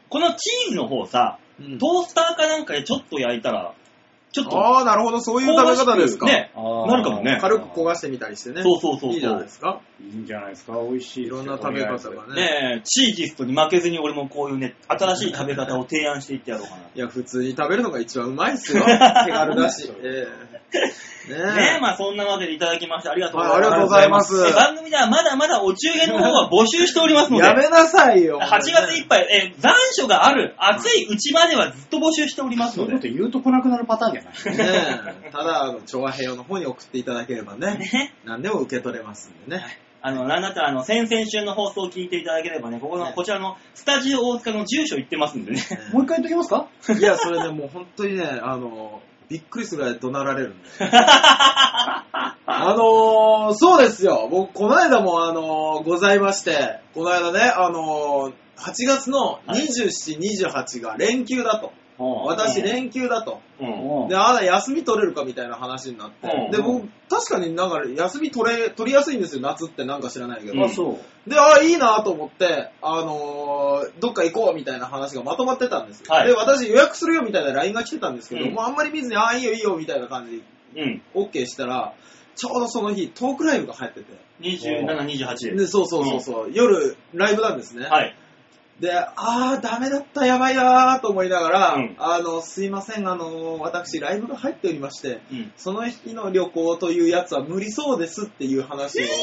このチーズの方さ、うん、トースターかなんかでちょっと焼いたら、ちょっと。 ああ、なるほど、そういう食べ方ですか。 ね、なるかもね。 軽く焦がしてみたりしてね。 そうそうそう。 いいじゃないですか。 いいんじゃないですか、美味しい。 いろんな食べ方がね。 ねえ、チージストに負けずに俺もこういうね、新しい食べ方を提案していってやろうかな。 いや、普通に食べるのが一番うまいっすよ。手軽だし。えー、ねえ。ねえ、まあそんなわけでいただきましてありがとうございます。 ありがとうございます。 番組ではまだまだお中元の方は募集しておりますので。 やめなさいよ。 はちがついっぱい、えー、残暑がある、暑いうちまではずっと募集しておりますので。 そういうこと言うと来なくなるパターンじゃないねえ。ただ、あの、調和平和の方に送っていただければね。ね。何でも受け取れますんでね。 あの、なんだったら、あの、先々週の放送を聞いていただければね、ここの、ね、こちらのスタジオ大塚の住所言ってますんでね。 もう一回言っときますか？ いや、それね、もう本当にね、あの、びっくりするぐらい怒鳴られるんで。あのー、そうですよ。僕、この間も、あのー、ございまして、この間ね、あのー、はちがつのにじゅうしち、にじゅうはちが連休だと。私連休だと、うん、で、あなた休み取れるかみたいな話になって、うん、で、僕、確かになんか休み取れ、取りやすいんですよ、夏ってなんか知らないけど。 あ、そう。 で、あ、いいなと思って、あのー、どっか行こうみたいな話がまとまってたんですよ。はい、で、私予約するよみたいな ライン が来てたんですけど、うん、もうあんまり見ずに、あ、いいよいいよみたいな感じで、うん、OK したら、ちょうどその日、トークライブが入ってて。 にじゅうしち、にじゅうはちで、そうそうそうそう、うん、夜、ライブなんですね。 はい。 で、あー、ダメだった、やばいなーと思いながら、うん、あの、すいません、あの、私、ライブが入っておりまして、うん、その日の旅行というやつは無理そうですっていう話を、えー、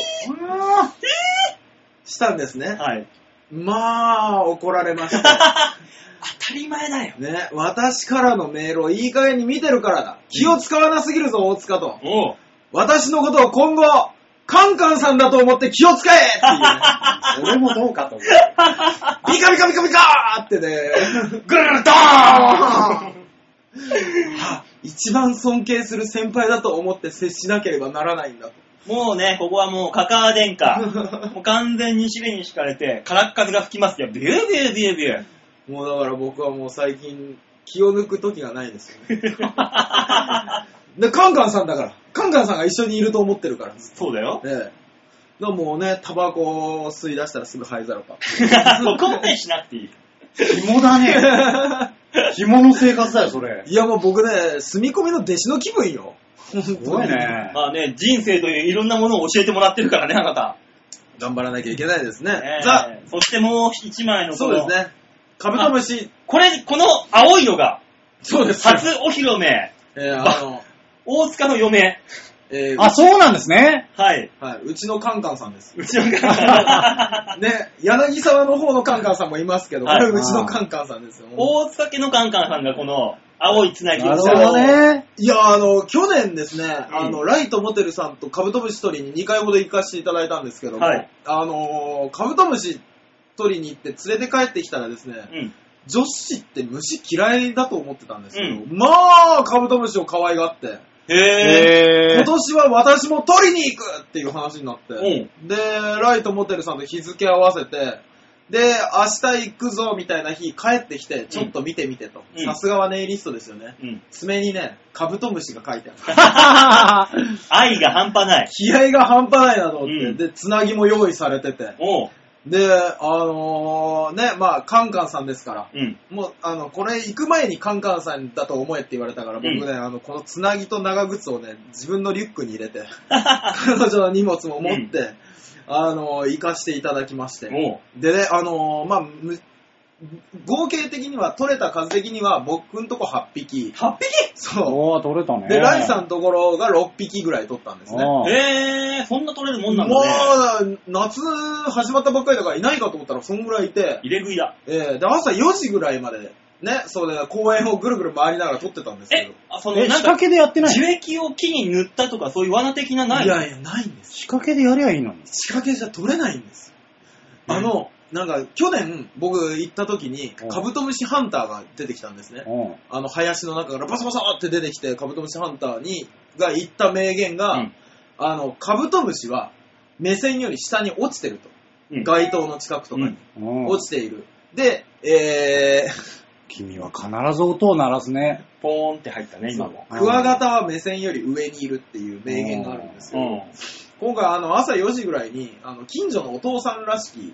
したんですね。 はい。 まあ、怒られました。 当たり前だよ。 ね、私からのメールをいい加減に見てるからだ。気を使わなすぎるぞ、大塚と。 おう。 私のことを今後、カンカンさんだと思って気を使えっていう、ね。 俺もどうかと思う。 ビカビカビカビカーってね、 ぐるるドーン一番尊敬する先輩だと思って接しなければならないんだと。 もうね、ここはもうカカア殿下。もう完全に尻に敷かれて、空っ風が吹きますよ。ビュービュービュービュー。 もうだから僕はもう最近気を抜く時がないですよね。で、カンカンさんだから。カンカンさんが一緒にいると思ってるから。 そうだよ。 ええ。だからもうね、タバコを吸い出したらすぐ灰皿パッ。そこまでしなくていい。 紐だね。紐の生活だよ、それ。 いやもう僕ね、住み込みの弟子の気分よ。 すごいね。 まあね、人生といういろんなものを教えてもらってるからね、あなた。 頑張らなきゃいけないですね。 ねさあ、そしてもう一枚のこの。 そうですね。カブトムシ。 これ、この青いのが、 そうです。 初お披露目。 えー、あの、 大塚の嫁。 えー、あ、そうなんですね。 はい。 はい。うちのカンカンさんです。 うちのカンカン。ね、柳沢の方のカンカンさんもいますけど、はい、これうちのカンカンさんですよ。 大塚家のカンカンさんがこの青いつなぎをした。なるほどね。 いや、あの、去年ですね、うん、あの、ライトモテルさんとカブトムシ取りににかいほど行かせていただいたんですけども、はい、あの、カブトムシ取りに行って連れて帰ってきたらですね、うん、女子って虫嫌いだと思ってたんですけど、うん、まあ、カブトムシを可愛がって、 へー。 今年は私も取りに行くっていう話になって、うん、で、ライトモテルさんと日付合わせて、で、明日行くぞみたいな日帰ってきて、ちょっと見てみてと。さすがはネイリストですよね。うん、爪にね、カブトムシが書いてある。 愛が半端ない。 気合が半端ないなと思って、うん、で、つなぎも用意されてて。 おうで、あのー、ね、まあ、カンカンさんですから、うん、もう、あの、これ行く前にカンカンさんだと思えって言われたから、僕ね、うん、あの、このつなぎと長靴をね、自分のリュックに入れて、彼女の荷物も持って、うん、あのー、行かしていただきまして。でね、あのー、まあ、合計的には、取れた数的には、僕んとこはっぴき。 はっぴきそう。 おー、取れたね。 で、ライさんのところがろっぴきぐらい取ったんですね。 へー、そんな取れるもんなんだね。 まあ、夏始まったばっかりだからいないかと思ったら、そんぐらいいて。 入れ食いだ。 えー、で、朝よじぐらいまで、ね、そうで、公園をぐるぐる回りながら撮ってたんですけど。 え、あ、その、 え、仕掛けでやってない？ 樹液を木に塗ったとか、そういう罠的なない？ いやいや、ないんです。 仕掛けでやりゃいいのに。 仕掛けじゃ撮れないんです。あの、なんか、去年、僕行った時に、カブトムシハンターが出てきたんですね。あの、林の中からバサバサって出てきて、カブトムシハンターに、が言った名言が、うん、あの、カブトムシは、目線より下に落ちてると。うん、街灯の近くとかに、うん、落ちている。で、えー、 君は必ず音を鳴らすね。 ポーンって入ったね、今も。 クワガタは目線より上にいるっていう名言があるんですよ。今回、あの、朝よじぐらいに、あの、近所のお父さんらしき、うん、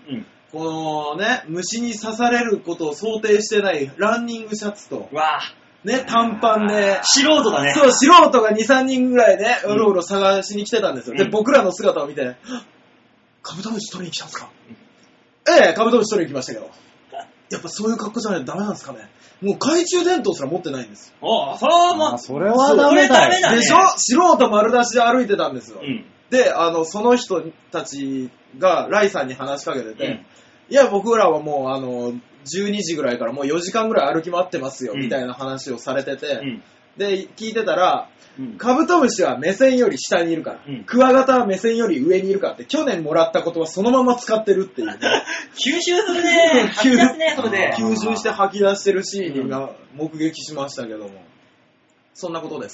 このね、虫に刺されることを想定してないランニングシャツと、 わね、短パンで、 素人だね。 そう、素人がに、さんにんぐらいね、うろうろ探しに来てたんですよ。うん、で、僕らの姿を見て、カブトムシ取りに来たんですか、うん、ええ、カブトムシ取りに来ましたけど。やっぱそういう格好じゃないとダメなんですかね。もう懐中電灯すら持ってないんですよ。ああ、そうもそれはダメだよ。 でしょ、素人丸出しで歩いてたんですよ。うん、で、あの、その人たちがライさんに話しかけてて、うん、いや、僕らはもう、あの、じゅうにじぐらいからもうよじかんぐらい歩き回ってますよ、うん、みたいな話をされてて、うん、で、聞いてたら、うん、カブトムシは目線より下にいるから、うん、クワガタは目線より上にいるからって、去年もらった言葉そのまま使ってるっていうね。 吸収するね。吐き出すね、それで。 吸収して吐き出してるシーンが目撃しましたけども。うん、そんなことです。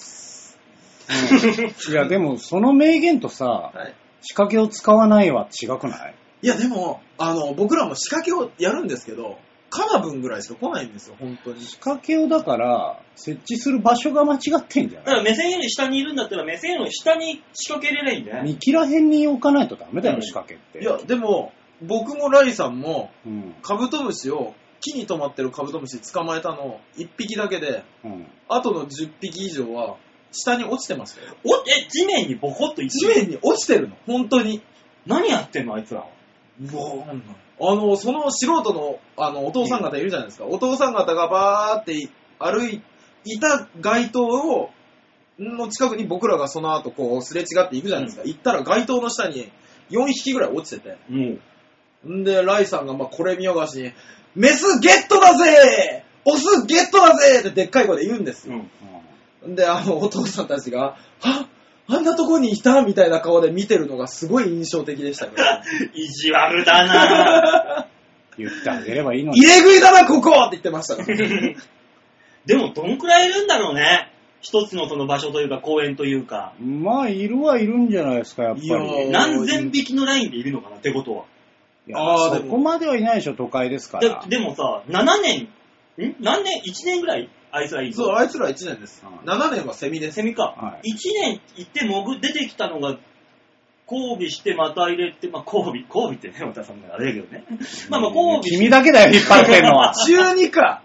うん、いや、でもその名言とさ、はい、仕掛けを使わないは違くない？ いや、でも、あの、僕らも仕掛けをやるんですけど、カナブンぐらいしか来ないんですよ、本当に。 仕掛けをだから、設置する場所が間違ってんじゃない？だから目線より下にいるんだったら、目線より下に仕掛けれないんだよ。 見切ら辺に置かないとダメだよ、うん、仕掛けって。 いや、でも、僕もライさんも、うん、カブトムシを、木に止まってるカブトムシ捕まえたのいっぴきだけで、うん、あとのじゅっぴき以上は、下に落ちてましたよ。 おえ、地面にボコッといって地面に落ちてるの、本当に。 何やってんの、あいつらは。 うわぁ、あの、その素人の、あの、お父さん方いるじゃないですか。お父さん方がバーって歩いた街灯を、の近くに僕らがその後こうすれ違っていくじゃないですか。うん、行ったら街灯の下によんひきぐらい落ちてて。うん。んで、ライさんがまあこれ見よがしに、メスゲットだぜオスゲットだぜってでっかい声で言うんですよ。うん、で、あの、お父さんたちが、はあんなとこにいたみたいな顔で見てるのがすごい印象的でしたけど。 意地悪だなぁ。 言ってあげればいいのに。 入れ食いだな、ここって言ってましたから。 でも、どんくらいいるんだろうね。一つのその場所というか、公園というか。 まあ、いるはいるんじゃないですか、やっぱり。 何千匹のラインでいるのかなってことは。 いや、あそこまではいないでしょ、都会ですから。 で, でもさ、ななねん、ん何年 ?いち 年ぐらいあいつらいる。 そう、あいつらいちねんです。はい、ななねんはセミです。 セミか。はい、いちねん行ってもぐ出てきたのが、交尾してまた入れて、まあ交尾、交尾ってね、またそんなあれだけどね。まあまあ交尾して。 君だけだよ、引っ張ってんのは。 中にか。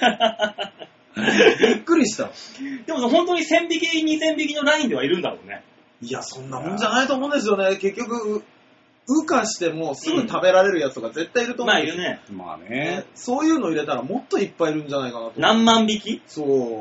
びっくりした。 でも本当にせんびき、にせんびきのラインではいるんだろうね。 いや、そんなもんじゃないと思うんですよね。結局、羽化してもすぐ食べられるやつとか絶対いると思うんですよ。 まあいるね。 まあね。 そういうの入れたらもっといっぱいいるんじゃないかなと。 何万匹？ そう。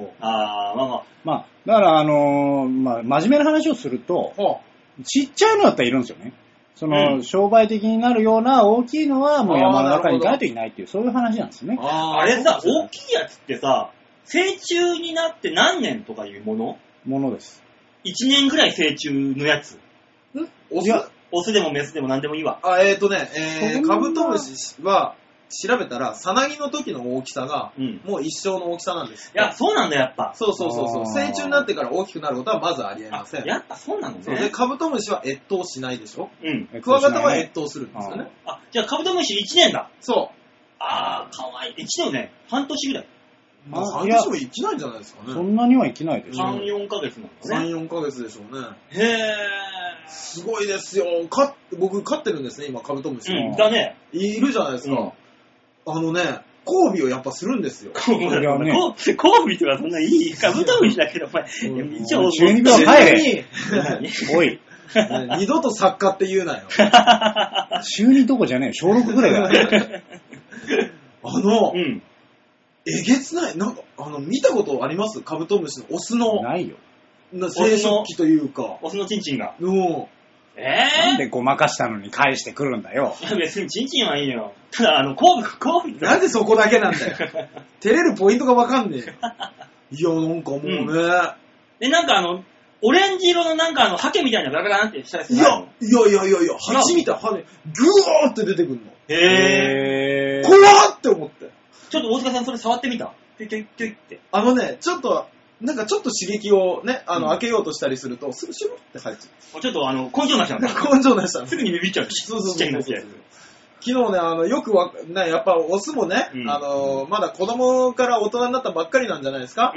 ああ、まあまあ。 まあ、だからあのー、まあ、真面目な話をすると、はあ、ちっちゃいのだったらいるんですよね。その、うん、商売的になるような大きいのはもう山の中に行かないといないっていう、そういう話なんですよね。 あ, あれさ、大きいやつってさ、成虫になって何年とかいうもの？ ものです。 いちねんぐらい成虫のやつ。んオス？ オスでもメスでも何でもいいわ。 あ、えーとね、えー、カブトムシは調べたら、さなぎの時の大きさが、うん、もう一生の大きさなんです。 いや、そうなんだ、やっぱ。 そうそうそうそう。成虫になってから大きくなることはまずありえません。 やっぱそうなのね。 で、カブトムシは越冬しないでしょ。うん。クワガタは越冬するんですよね。 あ、じゃあカブトムシいちねんだ。 そう。 あー、かわいい。いちねんね、半年ぐらい。 まあ、半年も生きないんじゃないですかね。 そんなには生きないでしょ。 さん、よんかげつなんですね。 さん、よんかげつでしょうね。 へー。 すごいですよ。か僕飼ってるんですね、今、カブトムシ。 うん、だね。 いるじゃないですか。うん、あのね、交尾をやっぱするんですよ。 交尾だね。交尾とかそんないいカブトムシだけど、お前、一応、 中二病入れ。おい。 二度と作家って言うなよ。 中二どこじゃねえよ、小ろくぐらいだ。 あの、うん、えげつない、なんか、あの、見たことあります？カブトムシのオスの。 ないよ。 生殖器というか。 オスのチンチンが。 うん。 えー、 なんでごまかしたのに返してくるんだよ。 いや別にチンチンはいいよ。ただ、あの、交尾、交尾。 なんでそこだけなんだよ。照れるポイントがわかんねえよ。いや、なんかもうね。うん、 で、なんかあの、オレンジ色のなんかあの、ハケみたいなガラガラってしたやつ。 いや、いやいやいやいや、ハチみたいな羽、ぐわーって出てくるの。 へー。 怖ーって思って。 ちょっと大塚さんそれ触ってみた？キュッキュッキュッって。 あのね、ちょっと、なんかちょっと刺激をね、あの、うん、開けようとしたりすると、すぐシュルって入っちゃう。 ちょっとあの、根性なしなんだ。 根性なしなんだ。 すぐにビビっちゃう。 そうそうそうそうそう。昨日ね、あの、よくわ、ね、やっぱオスもね、うん、あの、まだ子供から大人になったばっかりなんじゃないですか。うん。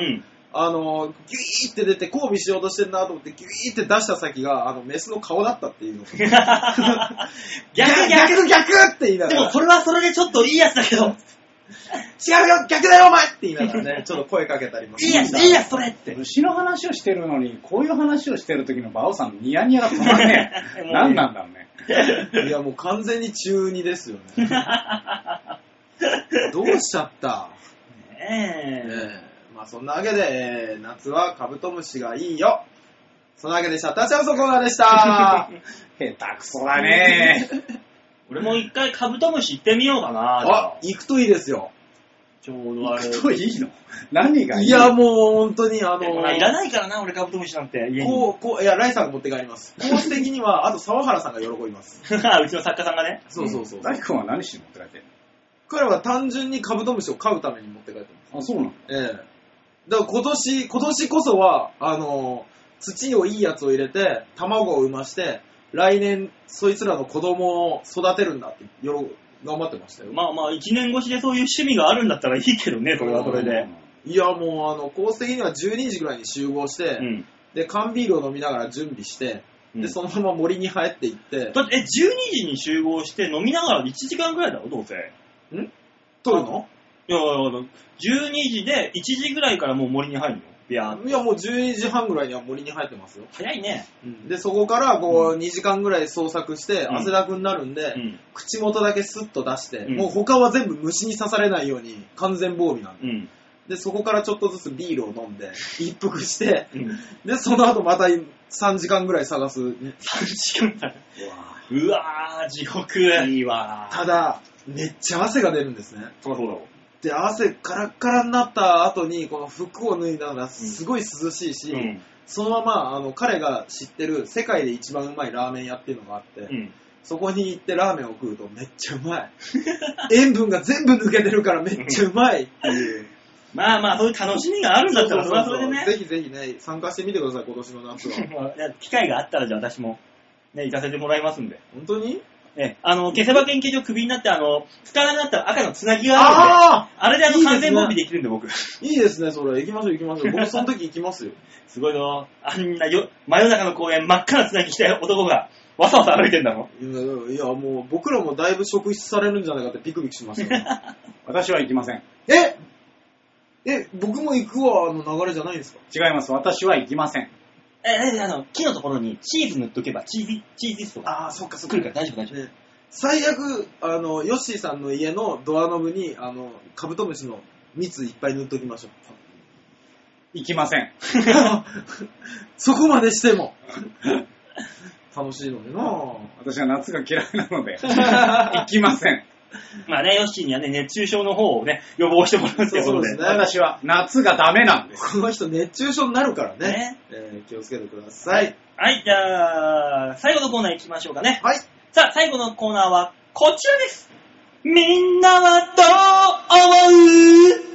あの、ギュイーって出て交尾しようとしてるなと思って、ギュイーって出した先が、あの、メスの顔だったっていうの。逆逆逆逆って言いながら。 でもそれはそれでちょっといいやつだけど。 違うよ逆だよお前って言いながらね、ちょっと声かけたりもしました。いいやついいやつそれって。 虫の話をしてるのに、こういう話をしてる時のバオさんニヤニヤが止まんねえ。何なんだろうね。 いやもう完全に中二ですよね。どうしちゃったねえ。 ねえ。まあそんなわけで、えー、夏はカブトムシがいいよ。そんなわけでシャッターチャンスのコーナーでした。 下手くそだね。 俺も一回カブトムシ行ってみようかな。 あ、行くといいですよ。 ちょうどあれ。 行くといいの？何がいい？ いやもう本当にあのー、 いらないからな俺カブトムシなんて家に。 こうこういやライさんが持って帰ります。コース的にはあと沢原さんが喜びます。 うちの作家さんがね。 そうそうそう。 大君は何しに持って帰ってるの？ 彼は単純にカブトムシを飼うために持って帰ってます。あ、そうなの？ ええ。だから今年今年こそはあのー、土をいいやつを入れて卵を産まして来年そいつらの子供を育てるんだってよ頑張ってましたよ。 まあまあ一年越しでそういう趣味があるんだったらいいけどね、それはそれで。 いやもうあのコース的にはじゅうにじぐらいに集合して、うん、で缶ビールを飲みながら準備して、うん、でそのまま森に入っていって。 だってえじゅうにじに集合して飲みながらいちじかんぐらいだろどうせ。 ん？撮るの？ いやいやじゅうにじでいちじぐらいからもう森に入るの？いやいやもうじゅうにじはんぐらいには森に入ってますよ。 早いね。 うん、でそこからこうにじかんぐらい捜索して汗だくになるんで、うん、口元だけスッと出して、うん、もう他は全部虫に刺されないように完全防備なんで、うん、でそこからちょっとずつビールを飲んで一服して、うん、でその後またさんじかんぐらい探す。さんじかんうわー地獄。いいわー。ただめっちゃ汗が出るんですね。 そうそうだ。 で汗カラッカラになった後にこの服を脱いだらすごい涼しいし、うん、そのままあの彼が知ってる世界で一番うまいラーメン屋っていうのがあって、うん、そこに行ってラーメンを食うとめっちゃうまい。塩分が全部抜けてるからめっちゃうまいっていう。 まあまあそういう楽しみがあるんだったらそれはそれでね。 ぜひぜひね参加してみてください今年の夏は。 機会があったらじゃあ私もね行かせてもらいますんで。 本当に？ え、あの、消せば研究所クビになって、あの、使わなくなった赤のつなぎがあるんで、あ, あれであの、完全防備できるんで、僕。 いいですね、それ。行きましょう、行きましょう。僕、その時行きますよ。 すごいの。あんなよ、真夜中の公園、真っ赤なつなぎ着た男が、わさわさ歩いてんだろ。 いや、もう、僕らもだいぶ職質されるんじゃないかってピクピクしましたよ。 私は行きません。 ええ、僕も行くわ、あの流れじゃないんですか？ 違います。私は行きません。 え、あの、木のところにチーズ塗っとけば、チーズ、チーズイストが。 ああ、そっかそっか。 来るから大丈夫大丈夫。ね、 最悪、あの、ヨッシーさんの家のドアノブに、あの、カブトムシの蜜いっぱい塗っときましょう。 行きません。 そこまでしても。楽しいのになぁ。 私は夏が嫌いなので、行きません。 まあね、ヨッシーにはね、熱中症の方をね、予防してもらうってことで。そうですね。 私は夏がダメなんです。 この人熱中症になるからね。ねえー、気をつけてください。 はい、じゃあ、最後のコーナー行きましょうかね。 はい。 さあ、最後のコーナーはこちらです。みんなはどう思う？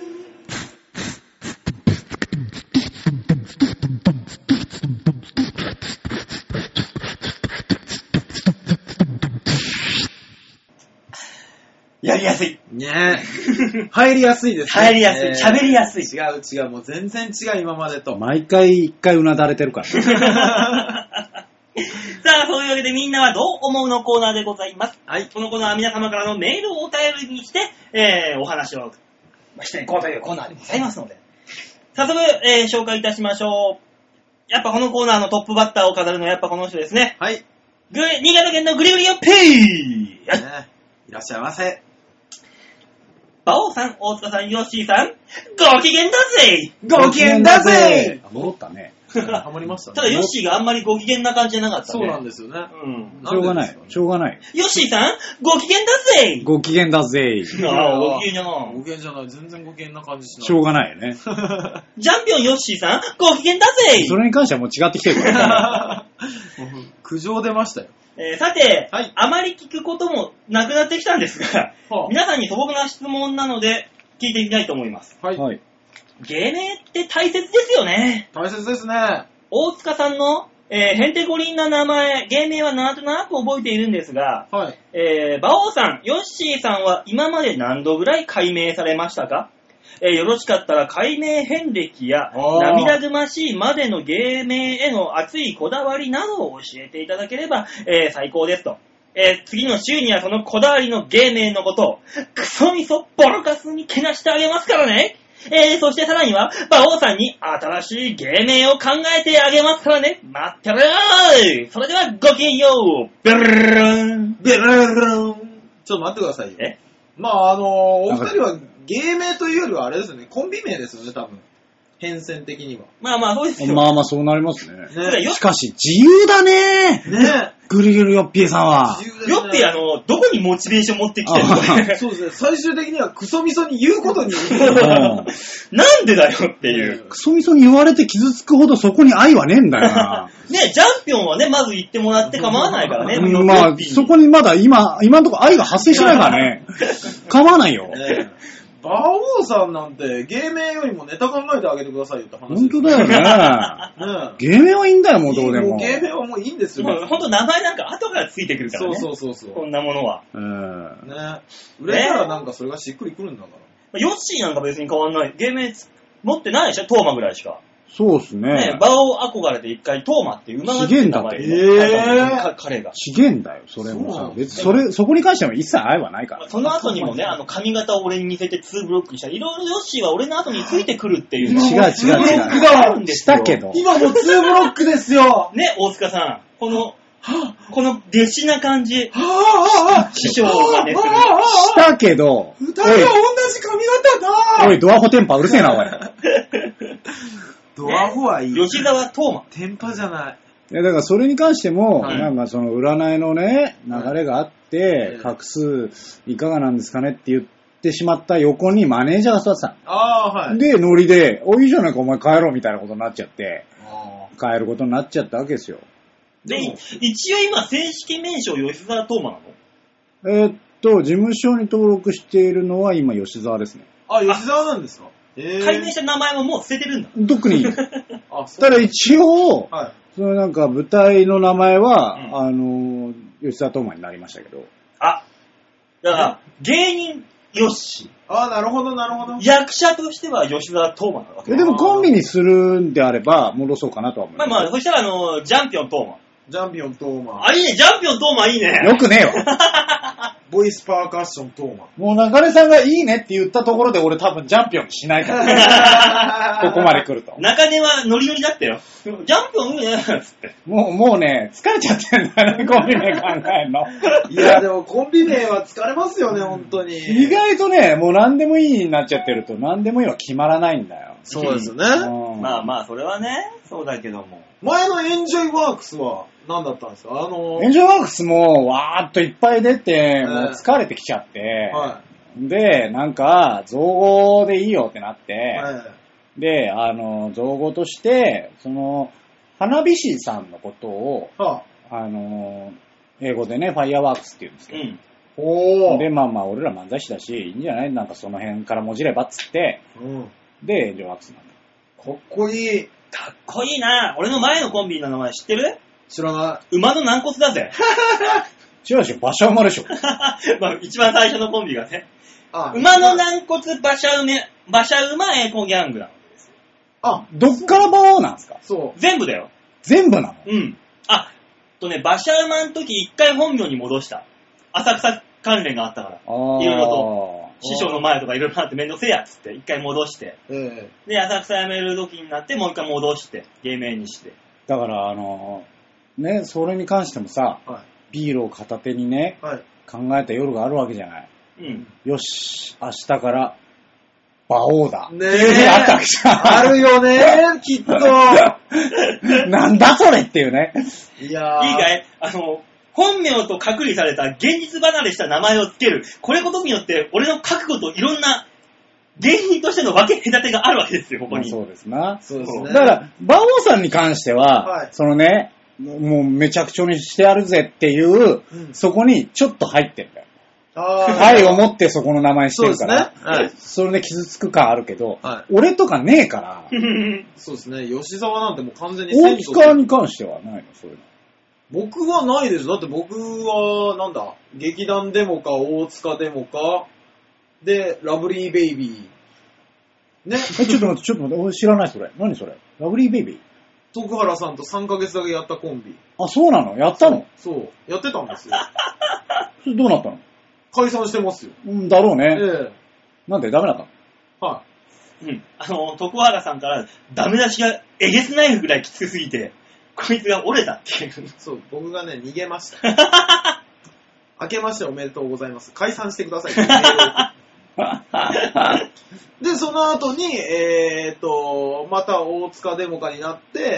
やりやすい。 ねえ。入りやすいですね。 入りやすい。喋、えー、りやすい。 違う違う。もう全然違う、今までと。 毎回一回うなだれてるから。 さあ、そういうわけでみんなはどう思うのコーナーでございます。はい。このコーナーは皆様からのメールをお便りにして、えー、お話をしていこうというコーナーでございますので。早速、えー、紹介いたしましょう。やっぱこのコーナーのトップバッターを飾るのはやっぱこの人ですね。 はい。 ぐ、新潟県のグリグリよっぴー、 ね、いらっしゃいませ。 バオさん、大塚さん、ヨッシーさん、ご機嫌だぜご機嫌だぜ戻ったね。 ハマりましたね。 ただヨッシーがあんまりご機嫌な感じじゃなかったね。 そうなんですよね。 うん。 しょうがない。しょうがない。 ヨッシーさん、ご機嫌だぜご機嫌だぜああ、ご機嫌じゃない。ご機嫌じゃない。全然ご機嫌な感じしない。 しょうがないよね。 ジャンピオンヨッシーさん、ご機嫌だぜそれに関してはもう違ってきてるから。 苦情出ましたよ。 えー、さて、はい、あまり聞くこともなくなってきたんですが、はあ、皆さんに素朴な質問なので聞いてみたいと思います。 はい。 芸名って大切ですよね。 大切ですね。 大塚さんの、えー、ヘンテコリンな名前、芸名はなんとなく覚えているんですが、 はい。 えー、馬王さん、ヨッシーさんは今まで何度ぐらい改名されましたか？ えー、よろしかったら改名遍歴や涙ぐましいまでの芸名への熱いこだわりなどを教えていただければ、えー、最高ですと。えー、次の週にはそのこだわりの芸名のことをクソみそボロカスにけなしてあげますからね。えー、そしてさらには馬王さんに新しい芸名を考えてあげますからね。待ってろよーい。それではごきげんよう。ビルルルンビルルルン。ちょっと待ってくださいよ。 えまああのー、お二人は芸名というよりはあれですよね、コンビ名ですよね、多分。変遷的には。 まあまあそうですよ。 まあまあそうなりますね。 ねしかし自由だねー。 ねグリグリヨッピーさんは。 よってあの、どこにモチベーション持ってきてるのね。 そうですね、最終的にはクソみそに言うことに。 なんでだよっていう。 クソみそに言われて傷つくほどそこに愛はねえんだよな。 ね、ジャンピオンはね、まず言ってもらって構わないからね。 うん、まあ、そこにまだ今、今のところ愛が発生しないからね。構わないよ。 ね馬王さんなんて芸名よりもネタ考えてあげてくださいよって話。 本当だよね。 ね芸名はいいんだよ、もうどうでも。 もう芸名はもういいんですよ。 本当名前なんか後からついてくるからね。 そうそうそうそう。 こんなものは。 うん。 ね。売れたらなんかそれがしっくりくるんだから。 ヨッシーなんか別に変わんない。芸名持ってないでしょ、トーマぐらいしか。 そうっすね。 ね、馬王憧れて一回トーマっていう馬が資源だって。 えー、彼が。 資源だよ、それもさ。別にそれ、そこに関しては一切愛はないから。 その後にもね、あの髪型を俺に似せてツーブロックにしたら、いろいろヨッシーは俺の後についてくるっていう。 違う違う違う。したけど。 今もツーブロックですよ。 ね、大塚さん。この、この弟子な感じ。師匠がね、 したけど。 二人は同じ髪型だ。 おい、ドアホテンパうるせえな、おい。 ドアホはいい。 吉沢東馬。 テンパじゃない。 いや、だからそれに関しても、 はい、 なんかその占いのね、流れがあって、画数いかがなんですかねって言ってしまった横にマネージャーが座ってた。 ああ、はい。 で、ノリで、お、いいじゃないか、お前帰ろうみたいなことになっちゃって、帰ることになっちゃったわけですよ。 で、一応今正式名称吉沢東馬なの？えー、っと、事務所に登録しているのは今吉沢ですね。 あ、吉沢なんですか？ 改名した名前ももう捨ててるんだ。 特に。ただ一応、はい、そのなんか舞台の名前は、うん、あの、吉沢東馬になりましたけど。 あ、だから、芸人よし。 あ、なるほど、なるほど。 役者としては吉沢東馬なわけだ。 でもコンビにするんであれば、戻そうかなとは思います。 まあまあ、そしたらあの、ジャンピオン東馬。 ジャンピオン東馬。 あ、いいね、ジャンピオン東馬いいね。 よくねえわ。 ボイスパーカッション東馬。 もう中根さんがいいねって言ったところで俺多分ジャンピオンしないから。ここまで来ると。 中根はノリノリだったよ。ジャンピオンいいね、つって。 もう、もうね、疲れちゃってんだよね、コンビ名考えるの。 いや、でもコンビ名は疲れますよね、本当に。 意外とね、もう何でもいいになっちゃってると何でもいいは決まらないんだよ。 そうですよね。 うん、まあまあ、それはね、そうだけども。 前のエンジョイワークスは何だったんですか？あのー、 エンジョイワークスもわーっといっぱい出て、もう疲れてきちゃって、はい、で、なんか、造語でいいよってなって、はい、で、あの、造語として、その、花火師さんのことを、はあ、あの、英語でね、ファイアワークスって言うんですけど、うんおで、まあまあ、俺ら漫才師だし、いいんじゃないなんかその辺からもじればっつって、うん、で、エンジョイワークスなんだ。 かっこいい。 かっこいいな。俺の前のコンビの名前知ってる？ 知らない。 馬の軟骨だぜ。 違うでしょ、馬車馬でしょ。 まあ、一番最初のコンビがね。ああ馬の軟骨馬車馬、馬車馬エコギャングなんです。 あ、どっから馬王なんですか？ そう。全部だよ。 全部なの？ うん。あ、とね、馬車馬の時一回本名に戻した。浅草関連があったから。いろいろと。師匠の前とかいろいろあってめんどくせえやつって一回戻して、えー、で浅草辞める時になってもう一回戻して芸名にして。 だからあのねそれに関してもさ、はい、ビールを片手にね、はい、考えた夜があるわけじゃない。うん、よし明日から馬王だ。ねえあったわけじゃん。 あるよねきっと。 なんだそれっていうね。 いやいいかいあの。本名と隔離された現実離れした名前をつける。これことによって俺の覚悟といろんな芸人としての分け隔てがあるわけですよ、ここに。 まあ、そうですな。そうですね。だから、馬王さんに関しては、はい、そのね、もうめちゃくちゃにしてやるぜっていう、うん、そこにちょっと入ってるんだよ。愛を持ってそこの名前してるから。そうですね。はい、それで傷つく感あるけど、はい、俺とかねえから。 そうですね。吉沢なんてもう完全に大塚に関してはないの、そういうの。 僕はないです。だって僕は、なんだ、劇団デモか大塚デモか、で、ラブリーベイビね。 え、ちょっと待って、ちょっと待って、俺知らないそれ。何それ？ラブリーベイビー？ 徳原さんとさんかげつだけやったコンビ。 あ、そうなの？やったの？ そう、やってたんですよ。 それどうなったの？ 解散してますよ。 うん、だろうね。 ええ。 なんでダメだったの？ はい。 うん。あの、徳原さんからダメ出しがえげつないぐらいきつすぎて、こいつが折れたっていう。 そう、僕がね、逃げました。明けましておめでとうございます。解散してくださいってメールをで、その後に、えーと、また大塚デモカになって、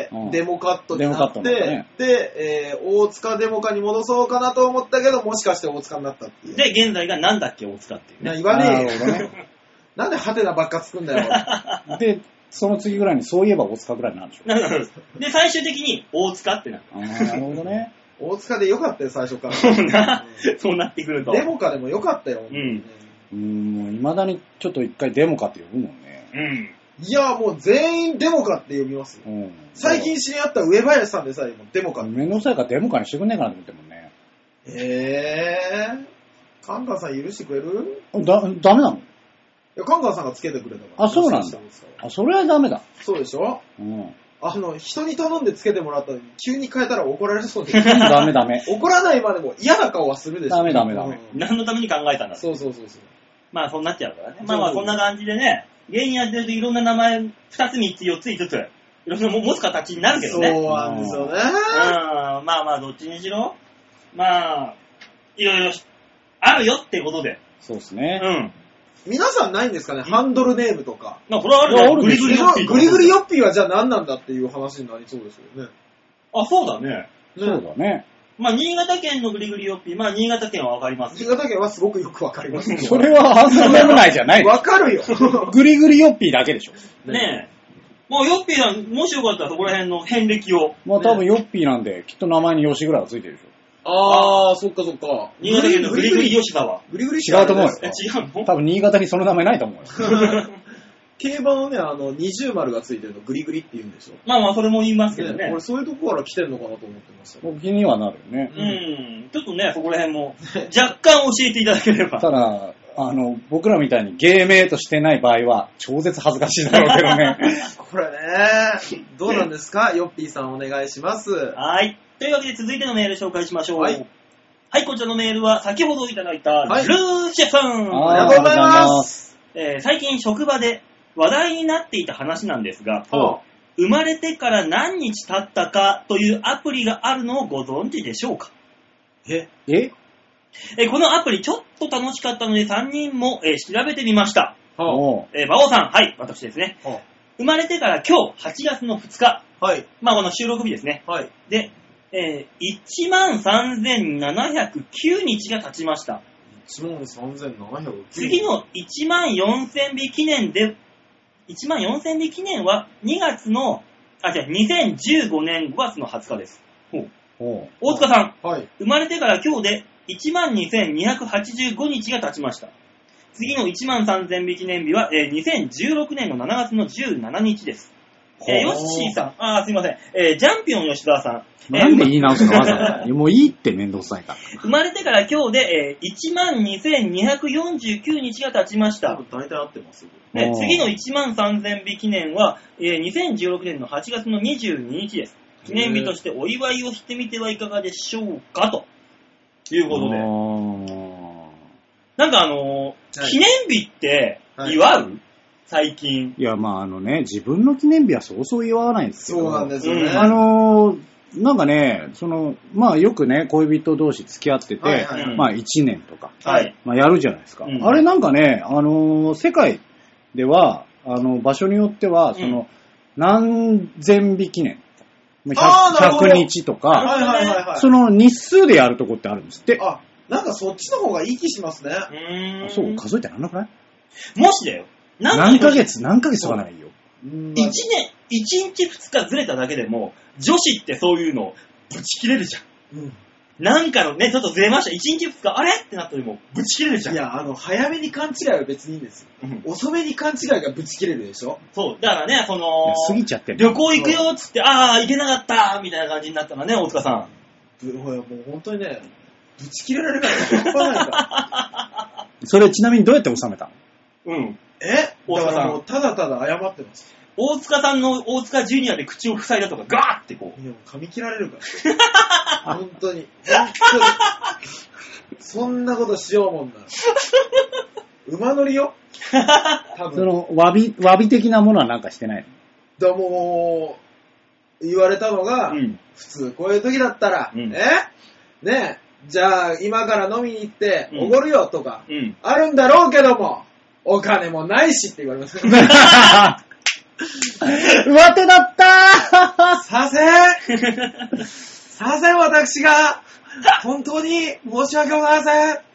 うん、デモカットになって、ね、で、えー、大塚デモカに戻そうかなと思ったけど、もしかして大塚になったっていう。 で、現在がなんだっけ、大塚っていう、ね。 言わねえよ。ね、なんでハテナばっかつくんだよ。 で、その次ぐらいに、そういえば大塚ぐらいになるでしょ。 なるほど。で、最終的に大塚ってなる。 あなるほどね。 大塚でよかったよ、最初から。 そうな、うん、そうなってくると。 デモカでもよかったよ。 うん。 うーん、もう未だにちょっと一回デモカって呼ぶもんね。 うん。 いや、もう全員デモカって呼びますよ。うん、最近知り合った上林さんでさえもデモカ。 めんどくさいからデモカにしてくんねえかなと思ってもんね。 えー。カンカンさん許してくれる？ だ、ダメなの？ いや、カンカンさんがつけてくれたから。 あ、そうなんだ。あ、それはダメだ。 そうでしょ？ うん。 あの、人に頼んでつけてもらったのに、急に変えたら怒られそうです。 ダメダメ。 怒らないまでも嫌な顔はするでしょ。 ダメダメダメ。 うん、何のために考えたんだ。 そうそうそうそう。 まあ、そうなっちゃうからね。まあまあ、こんな感じでね、芸人やってるといろんな名前、二つ、三つ、四つ、五つ、いろんな持つ形になるけどね。 そうなんですよね。うん。 まあまあ、どっちにしろ、まあ、いろいろあるよってことで。 そうですね。 うん。 皆さんないんですかね、ハンドルネームとか。 まあ、これはあるよ。 グリグリヨッピー。グリグリヨッピーはじゃあ何なんだっていう話になりそうですよね。 あ、そうだね。ねそうだね。 まあ、新潟県のグリグリヨッピー、まあ、新潟県はわかります。 新潟県はすごくよくわかります。 それはハンドルネーム内じゃない。 わかるよ。 グリグリヨッピーだけでしょ。 ねえ。もうヨッピーは、もしよかったらそこら辺の遍歴を。 まあ、多分ヨッピーなんで、きっと名前にヨシぐらいはついてるでしょ。 あー、そっかそっか。 新潟県のグリグリ吉沢。 グリグリ違うと思うよ。 え、違うの？ 多分新潟にその名前ないと思うよ。 競馬のね、あの、二重丸がついてるのグリグリって言うんでしょ。 まあまあ、それも言いますけどね。 ね、俺そういうとこから来てるのかなと思ってました。 僕気にはなるよね。 うん。ちょっとね、そこら辺も、若干教えていただければ。 ただ、あの、僕らみたいに芸名としてない場合は、超絶恥ずかしいだろうけどね。 これね、どうなんですかヨッピーさんお願いします。 はい。というわけで続いてのメール紹介しましょう。 はい。 はい、こちらのメールは先ほどいただいた、ルーシェさん、 はい。ありがとうございます。 えー、最近職場で話題になっていた話なんですが、 はあ、 生まれてから何日経ったかというアプリがあるのをご存知でしょうか？ えええー、このアプリちょっと楽しかったのでさんにんも、えー、調べてみました。 はあ、えー、馬王さん、はい、私ですね。はあ、生まれてから今日はちがつのふつか。 はい。 まあ、この収録日ですね。 はい。 で、えー、いちまんさんぜんななひゃくきゅうにちが経ちました。 いちまんさんぜんななひゃくきゅう次のいちまんよんせんび記念で、いちまんよんせんび記念はにがつの、あ、違う、にせんじゅうごねんごがつのはつかです。ほう。ほう。大塚さん、はい。生まれてから今日でいちまんにせんにひゃくはちじゅうごにちが経ちました。次のいちまんさんぜんび記念日は、えー、にせんじゅうろくねんのしちがつのじゅうしちにちです。えー、ヨッシーさん、あー、すいません。えー、ジャンピオン吉沢さん。なんで言い直すのわざわざ。もういいってめんどくさいから。 生まれてから今日で、えー、いちまんにせんにひゃくよんじゅうきゅうにちが経ちました。 多分大体合ってますよ。 ね、次のいちまんさんぜんび記念は、えー、にせんじゅうろくねんのはちがつのにじゅうににちです。記念日としてお祝いをしてみてはいかがでしょうかということで。なんかあのーはい、記念日って祝う、はい、最近。 いや、まああのね、自分の記念日はそうそう祝わないんですけど。 そうなんですよね。 うん、あのー、なんかね、その、まあよくね、恋人同士付き合ってて、はいはいはい、まあいちねんとか、はい、まあやるじゃないですか。うん、あれなんかね、あのー、世界では、あの、場所によっては、その、うん、何千日記念、ひゃくにちとか、 はいはいはいはい、 その日数でやるとこってあるんですって。 あ、なんかそっちの方がいい気しますね。 うーん。 そう、数えてなんなくない？ もしだよ。 何ヶ月、何ヶ月とかならいいよ。 一年、一日二日ずれただけでも、女子ってそういうのぶち切れるじゃん。うん。なんかのね、ちょっとずれました。一日二日、あれってなったらもうぶち切れるじゃん。 いや、あの、早めに勘違いは別にいいんですよ。うん、遅めに勘違いがぶち切れるでしょ。 そう。だからね、その、 過ぎちゃってる。 旅行行くよっつって、ああ、行けなかったみたいな感じになったらね、大塚さん。 ほら、もう本当にね、ぶち切れられるから半端ないから。 それちなみにどうやって収めたの？ うん。 え大塚さん。 だからもうただただ謝ってます。 大塚さんの大塚ジュニアで口を塞いだとかガーってこう。 いやもう噛み切られるから。本当に。本当に。そんなことしようもんなら。馬乗りよ多分。 その、詫び、詫び的なものはなんかしてないのだもう、言われたのが、うん、普通こういう時だったら、うん、えねえ、じゃあ今から飲みに行っておごるよとか、うん、あるんだろうけども、お金もないしって言われます。 上手だったーさせんさせん私が本当に申し訳ございません。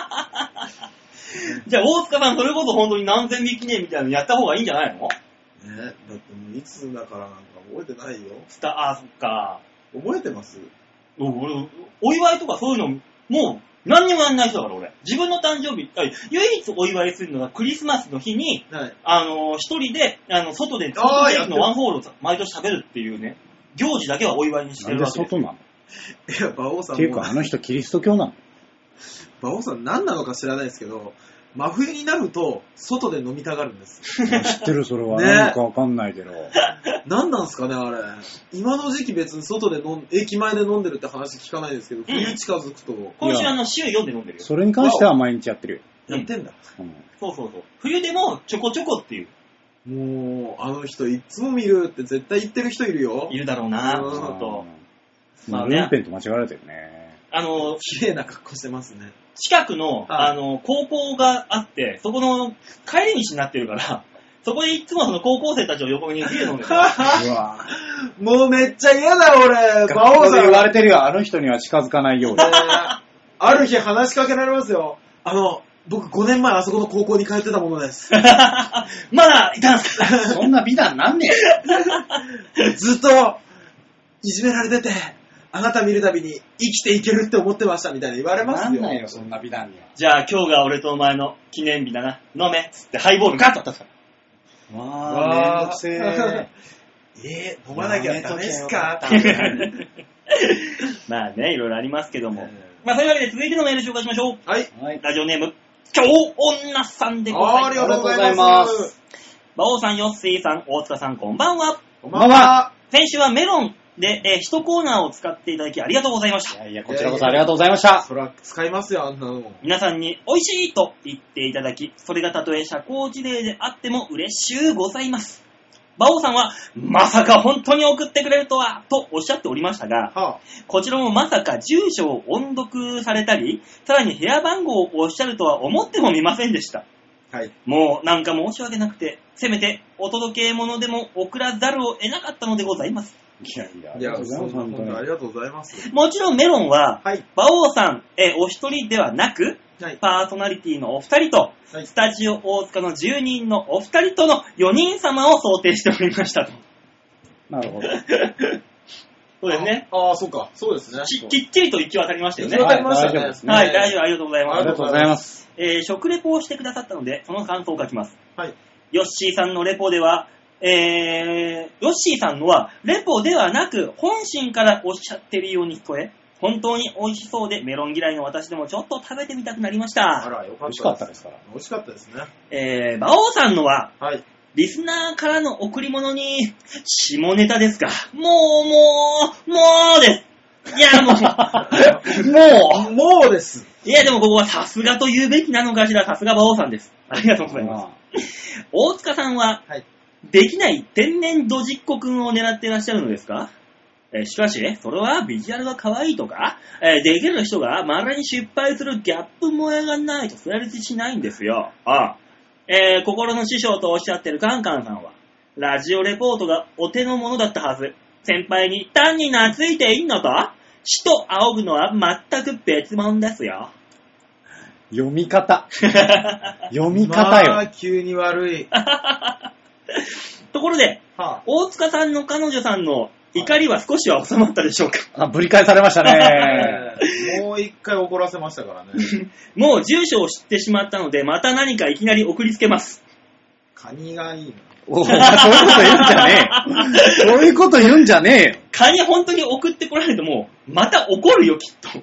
じゃあ大塚さんそれこそ本当に何千匹記念みたいなのやった方がいいんじゃないの？ ね、だってもういつだからなんか覚えてないよ。 スタあーそっか。 覚えてます？ 俺お祝いとかそういうのもう何にもやんない人だから俺。自分の誕生日、唯一お祝いするのがクリスマスの日に、はい、あの一人であの外でホットケーキのワンホールを毎年食べるっていうね行事だけはお祝いにしてるわけです。 なんで外なの？ いや馬王さんも。 っていうかあの人キリスト教なの？ 馬王さん何なのか知らないですけど。真冬になると外で飲みたがるんです。 知ってるそれは、ね、何かわかんないけど。 何なんすかねあれ。今の時期別に外で飲ん駅前で飲んでるって話聞かないですけど、冬近づくと。 今週あの週よんで飲んでるよ。 それに関しては毎日やってるよ。 やってんだ、 うん。そうそうそう。冬でもちょこちょこっていう。 もうあの人いつも見るって絶対言ってる人いるよ。 いるだろうな。ちょっと。 まあルーペンと間違われてるね。 あの綺麗な格好してますね。 近くの、はい、あの高校があってそこの帰り道になってるからそこでいつもその高校生たちを横にビール飲んでる。うわもうめっちゃ嫌だ俺。馬王さん言われてるよ。あの人には近づかないように。 ある日話しかけられますよ。あの僕ごねんまえあそこの高校に通ってたものです。 まだいたんすか？ そんな美談なんねえ。ずっといじめられてて。あなた見るたびに生きていけるって思ってましたみたいな言われますよ。 なんないよそんな美談には。 じゃあ今日が俺とお前の記念日だな。飲めっつってハイボールガッと渡すから。 わーめんどくせー。 えー、飲まなきゃダメですか？ まあねいろいろありますけども。まあそういうわけで続いてのメール紹介しましょう。 はい。 ラジオネーム今日女さんでございます。 ありがとうございます。 馬王さん、ヨッシーさん、大塚さんこんばんは。 こんばんは。 先週はメロンで、えー、一コーナーを使っていただきありがとうございました。 いやいや、こちらこそありがとうございました。 そら使いますよ、あんなの。 皆さんに美味しいと言っていただき、それがたとえ社交辞令であっても嬉しゅうございます。馬王さんは、まさか本当に送ってくれるとは、とおっしゃっておりましたが、はあ、こちらもまさか住所を音読されたり、さらに部屋番号をおっしゃるとは思ってもみませんでした。はい、もうなんか申し訳なくて、せめてお届け物でも送らざるを得なかったのでございます。 いやいや、いや、そんな本当にありがとうございます。 もちろんメロンは、はい、馬王さん、えお一人ではなく、はい、パーソナリティのお二人と、はい、スタジオ大塚のじゅうにんのお二人とのよにん様を想定しておりましたと。 なるほど。 そうですね。 ああ、そうか。そうですね。 き, きっちりと行き渡りましたよね。 行き渡りましたね。 はい、大丈夫、ありがとうございます。 ありがとうございます。 えー、食レポをしてくださったので、その感想を書きます。 はい。 ヨッシーさんのレポでは、えー、ヨッシーさんのは、レポではなく、本心からおっしゃってるように聞こえ、本当に美味しそうで、メロン嫌いの私でもちょっと食べてみたくなりました。 あら、よかった。 美味しかったですから。 美味しかったですね。 えー、馬王さんのは、 はい。 リスナーからの贈り物に、下ネタですか。もう、もう、もうです。いや、もう、 もう、もうです。 いや、でもここはさすがと言うべきなのかしら、さすが馬王さんです。ありがとうございます。大塚さんは、はい、できない天然ドジっ子くんを狙っていらっしゃるのですか？えー、しかし、それはビジュアルが可愛いとか、えー、できる人がまらに失敗するギャップ萌えがないと成立しないんですよ。ああ、えー、心の師匠とおっしゃってるカンカンさんは、ラジオレポートがお手の物だったはず。先輩に単に懐いていいのと、死と仰ぐのは全く別物ですよ。 読み方。読み方よ。 まあ、急に悪い。 ところで、はあ、大塚さんの彼女さんの怒りは少しは収まったでしょうか？ あ、ぶり返されましたね。 もう一回怒らせましたからね。 もう住所を知ってしまったので、また何かいきなり送りつけます。 カニがいいな。 おそういうこと言うんじゃねえ。そういうこと言うんじゃねえよ。 カニ本当に送ってこられても、また怒るよ、きっと。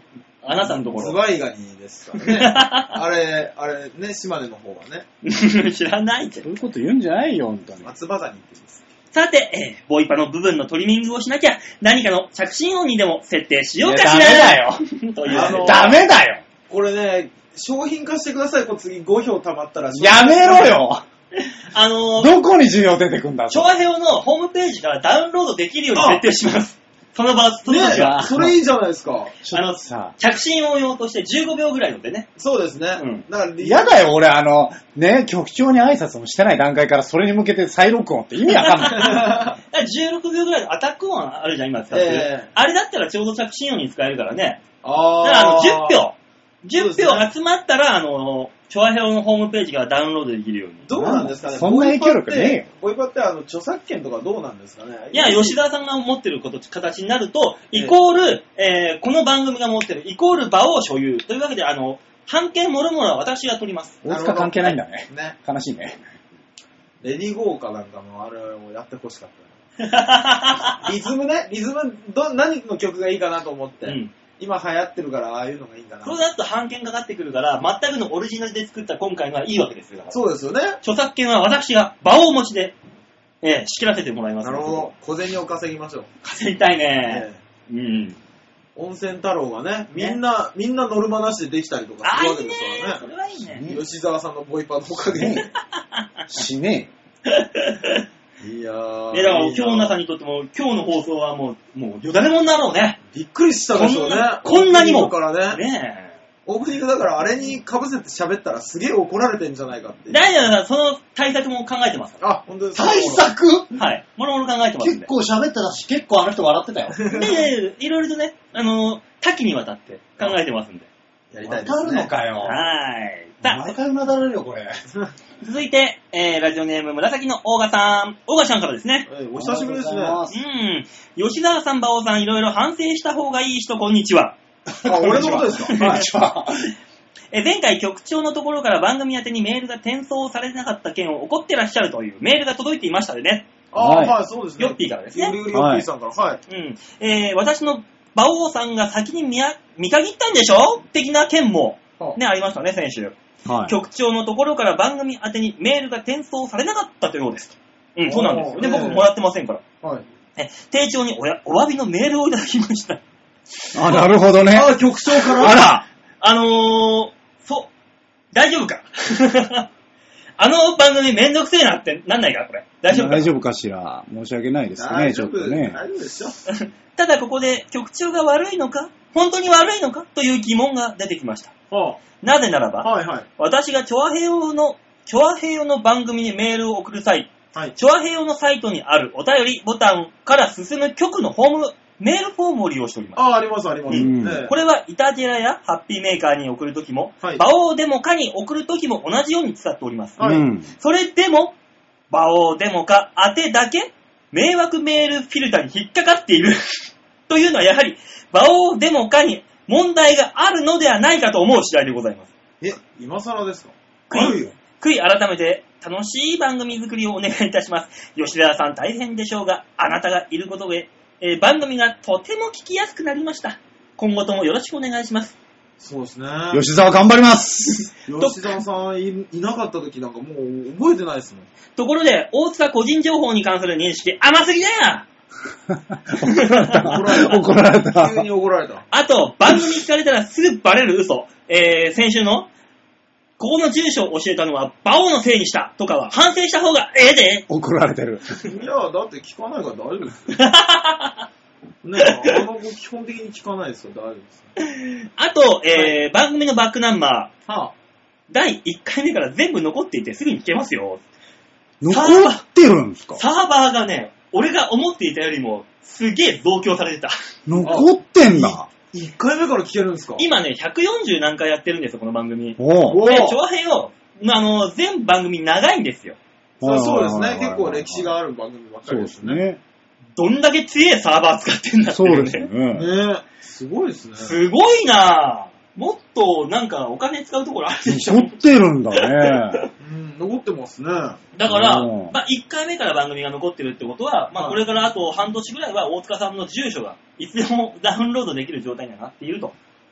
あなたのところ。 ズワイガニですからね。あれ、あれね、島根の方はね。 知らないって。 そういうこと言うんじゃないよ、本当に。 松葉ガニって言うんです。 さて、えー、ボイパの部分のトリミングをしなきゃ、何かの着信音にでも設定しようかしら。 ダメだよ。 というあのー、 ダメだよ。 これね、商品化してください。こう次ご票貯まったら。 やめろよ。 あのー、 どこに需要出てくんだ。 チョアヘオのホームページからダウンロードできるように設定します。その場、その時は、 ね。それいいじゃないですか。 あの、着信音用としてじゅうごびょうぐらいのでね。 そうですね。 うん。 だから、 やだよ、俺、あの、ね、局長に挨拶もしてない段階からそれに向けて再録音って意味わかんない。 じゅうろくびょうぐらいのアタック音あるじゃん、今使ってる。えー、あれだったらちょうど着信音に使えるからね。 ああ。 だからあの、じゅっぴょう。じゅっぴょう集まったら、あの、チョアヘオのホームページからダウンロードできるように。 どうなんですかね。 そんな影響力ねえよ。 ボイパってあの著作権とかどうなんですかね。 いや、吉田さんが持ってること形になると、イコール、えー、この番組が持ってるイコール場を所有というわけで、あの版権もろもろは私が取ります。 大塚関係ないんだね。 ね。 悲しいね。 レディーゴーかなんかのあれをやってほしかったリズムね、リズムど何の曲がいいかなと思って。うん、今流行ってるからああいうのがいいんだな。 それだと版権かかってくるから、全くのオリジナルで作った今回のはいいわけですよ。 そうですよね。 著作権は私が場をお持ちで、えー、仕切らせてもらいます。 なるほど。小銭を稼ぎましょう。 稼ぎたいね。 ねうん。温泉太郎がね、みんな、ね、みんなノルマなしでできたりとかするわけですからね。 あ、いいね。それはいいね。 吉沢さんのボイパのおかげで。 しねえ。 いやー。 え、だから今日の中にとっても、今日の放送はもう、もうよだれもんだろうね。 びっくりしたでしょうね。 こんなにも。 からね。 ねえ。 オープニングだからあれに被せて喋ったらすげえ怒られてんじゃないかって。 大丈夫、その対策も考えてます。 あ、本当ですか。 対策はい。もろもろ考えてますんで。 結構喋ってたし、結構あの人笑ってたよ。 で、いろいろとね、あの、多岐にわたって考えてますんで。 やりたいですね。 わかるのかよ。 はい。 毎回うなだれるよ、これ。 続いて、えー、ラジオネーム紫のオーガさん。オーガちゃんからですね。 えー、お久しぶりですね。 うん。吉沢さん、馬王さん、いろいろ反省した方がいい人、こんにちは。 あ、俺のことですか。 こんにちは。 え前回局長のところから番組宛てにメールが転送されてなかった件を怒ってらっしゃるというメールが届いていましたでね。 ああ、はい、はい、そうですね。 ヨッピーからですね。 ヨッピーさんから、はい。 うん。えー、私の馬王さんが先に見や見限ったんでしょ的な件も、ね、ありましたね、先週。はい、局長のところから番組宛てにメールが転送されなかったというようですと。うん、そうなんですよね。僕もらってませんから。はい。え、丁重におやお詫びのメールをいただきました。 あ、なるほどね。 あ、局長から。 あら。 あのー、そう。大丈夫かあの番組めんどくせえなってなんないかこれ。大丈夫か大丈夫かしら。申し訳ないですね、ちょっとね。 大丈夫でしょ。 ただここで局長が悪いのか本当に悪いのかという疑問が出てきました。はあ、なぜならば、はいはい、私がチョアヘヨの、チョアヘヨの番組にメールを送る際、はい、チョアヘヨのサイトにあるお便りボタンから進む局のホーム、メールフォームを利用しております。 ああ、あります、あります。うんね、これはイタジェラやハッピーメーカーに送るときも、はい、バオーデモカに送るときも同じように使っております。はい、それでも、バオーデモカ宛てだけ、迷惑メールフィルターに引っかかっているというのはやはり、バオーデモカに問題があるのではないかと思う次第でございます。 え、今更ですか？ 悔い、悔い改めて楽しい番組作りをお願いいたします。吉田さん大変でしょうが、あなたがいることで、えー、番組がとても聞きやすくなりました。今後ともよろしくお願いします。 そうですね。 吉沢頑張ります。 吉沢さん い, いなかった時なんかもう覚えてないですもん。 ところで、大塚個人情報に関する認識甘すぎだよ怒られた。怒られた。 急に怒られた。 あと、番組聞かれたらすぐバレる嘘。えー、先週の、ここの住所を教えたのは、バオのせいにしたとかは反省した方がええで。 怒られてる。 いや、だって聞かないから大丈夫ですよ。ねえ、あの子基本的に聞かないですよ、大丈夫です。 あと、えーはい、番組のバックナンバー、はあ、だいいっかいめから全部残っていてすぐに聞けますよ。 残ってるんですか？ サーバーがね、俺が思っていたよりもすげえ増強されてた。 残ってんだ。 いっかいめから聞けるんですか？ 今ね、ひゃくよんじゅう何回やってるんですよ、この番組。おで、長編を、あの、全番組長いんですよ。 そうそうですね。結構歴史がある番組ばっかりですね。そうですね。 どんだけ強いサーバー使ってんだっていうね。そうですね。 ねすごいですね。 すごいなぁ。もっとなんかお金使うところあるでしょ。 残ってるんだね。 うん、残ってますね。 だから、まあ、いっかいめから番組が残ってるってことは、まあ、これからあと半年ぐらいは大塚さんの住所がいつでもダウンロードできる状態にはなっていると。